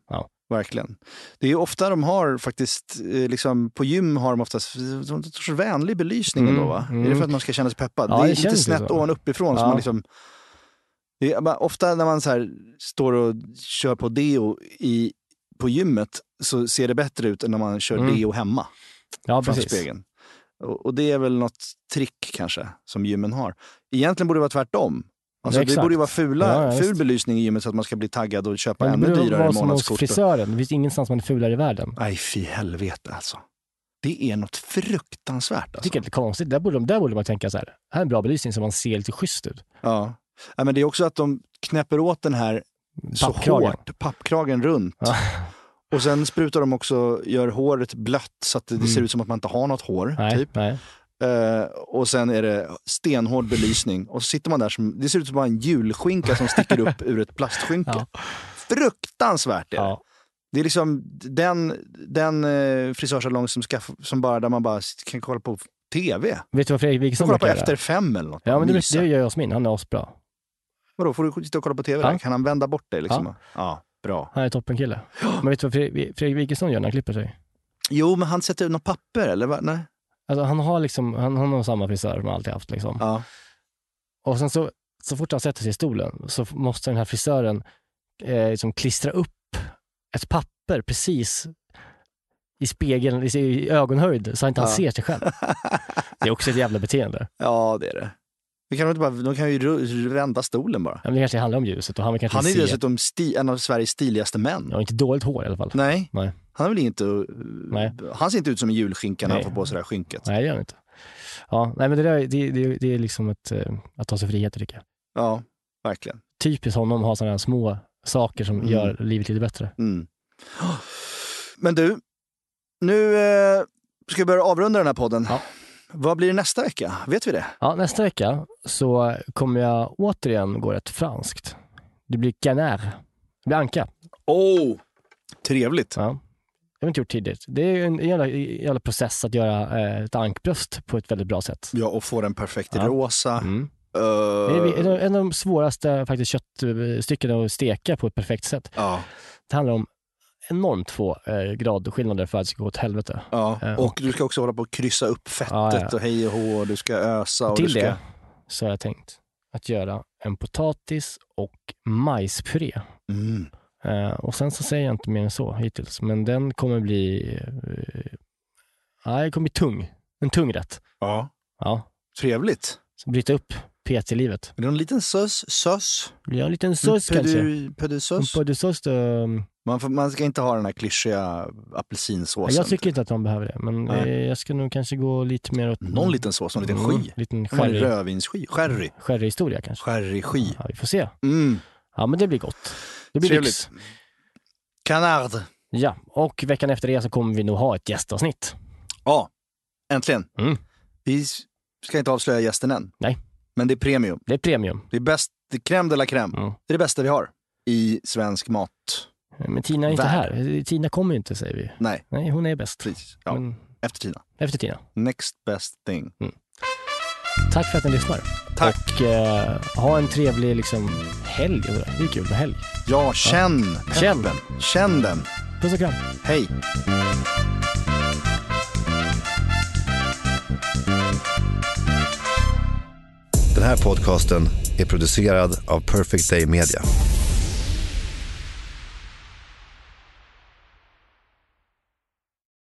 Verkligen. Det är ju ofta de har faktiskt, liksom på gym har de oftast så vänlig belysning ändå, va? Är det för att man ska känna sig peppad? Ja, det är lite snett ovan uppifrån. Så man liksom, det är, ofta när man så här står och kör på deo på gymmet så ser det bättre ut än när man kör deo hemma. Ja, precis. Spegeln. Och det är väl något trick kanske som gymmen har. Egentligen borde det vara tvärtom. Alltså, det borde ju vara ful belysning i gymmet så att man ska bli taggad och köpa ännu dyrare månadskort. Frisören. Det finns ingenstans man är fulare i världen. Nej, fy helvete alltså. Det är något fruktansvärt. Alltså. Jag tycker det är konstigt. Där borde man tänka så här. Här är en bra belysning så man ser lite schysst ut. Ja. Men det är också att de knäpper åt den här så hårt. Pappkragen runt. Ja. Och sen sprutar de också, gör håret blött så att det ser ut som att man inte har något hår. Nej, typ. Nej. Och sen är det stenhård belysning. Och så sitter man där, det ser ut som bara en julskinka som sticker upp ur ett plastskynke. Ja. Fruktansvärt är det. Ja. Det är liksom den frisörsalong som bara, där man bara kan kolla på tv. Vet du vad Fredrik Wikingsson kolla på Efter 5 eller något. Ja, men det gör jag hos min. Han är asbra. Vadå, får du sitta och kolla på tv? Ja. Kan han vända bort dig liksom? Ja, bra. Han är toppen kille. Men vet du vad Fredrik Wikingsson gör när han klipper sig? Jo, men han sätter ut något papper, eller vad? Nej. Alltså han har samma frisör som han alltid haft liksom. Ja. Och sen så fort han sätter sig i stolen så måste den här frisören liksom klistra upp ett papper precis i spegeln, i ögonhöjd så att inte han ser sig själv. Det är också ett jävla beteende. Ja, det är det. De kan ju vända stolen bara. Ja, men det kanske handlar om ljuset. Och han är ju dessutom en av Sveriges stiligaste män. Ja, inte dåligt hår i alla fall. Nej. Han är väl inte... Nej. Han ser inte ut som en julskinka när han får på sig det här skynket. Nej, det gör han inte. Ja, nej, men det är liksom att ta sig frihet, tycker jag. Ja, verkligen. Typiskt honom att ha sådana här små saker som gör livet lite bättre. Mm. Men du, nu ska vi börja avrunda den här podden. Ja. Vad blir det nästa vecka? Vet vi det? Ja, nästa vecka så kommer jag återigen gå rätt franskt. Det blir canard. Det blir anka. Trevligt. Ja. Jag har inte gjort tidigt. Det är en jävla process att göra ett ankbröst på ett väldigt bra sätt. Ja, och få den perfekt rosa. Mm. Det är en av de svåraste faktiskt köttstycken att steka på ett perfekt sätt. Ja. Det handlar om enormt 2 gradskillnader för att det ska gå åt helvete. Ja. Och du ska också hålla på att kryssa upp fettet och hej och hå, du ska ösa. Och till det så har jag tänkt att göra en potatis och majspuré. Mm. Och sen så säger jag inte mer än så hittills. Men den kommer bli det kommer bli tung. En tung rätt. Ja. Trevligt. Så bryta upp PT-livet. Är det en liten sås? Ja, en liten sås kanske. Pödusås. Man ska inte ha den här klyschiga apelsinsåsen. Jag tycker inte att man behöver det. Men jag ska nog kanske gå lite mer åt... Någon liten sås, en liten sky. Liten sherry. Rödvinssky. Sherry-historia kanske. Sherry-sky. Ja, vi får se. Mm. Ja, men det blir gott. Det blir lyx. Canard. Ja, och veckan efter det så kommer vi nog ha ett gästavsnitt. Ja, äntligen. Mm. Vi ska inte avslöja gästen än. Nej. Men det är premium. Det är premium. Det är bäst, det är crème de la crème. Mm. Det är det bästa vi har i svensk mat. Men Tina är inte här. Tina kommer inte, säger vi. Nej, hon är bäst. Precis. Ja. Men... Efter Tina. Next best thing. Mm. Tack för att ni lyssnar. Tack. Och ha en trevlig helg. Det är kul med helg. Ja, känn den. Puss och kram. Hej. Den här podcasten är producerad av Perfect Day Media.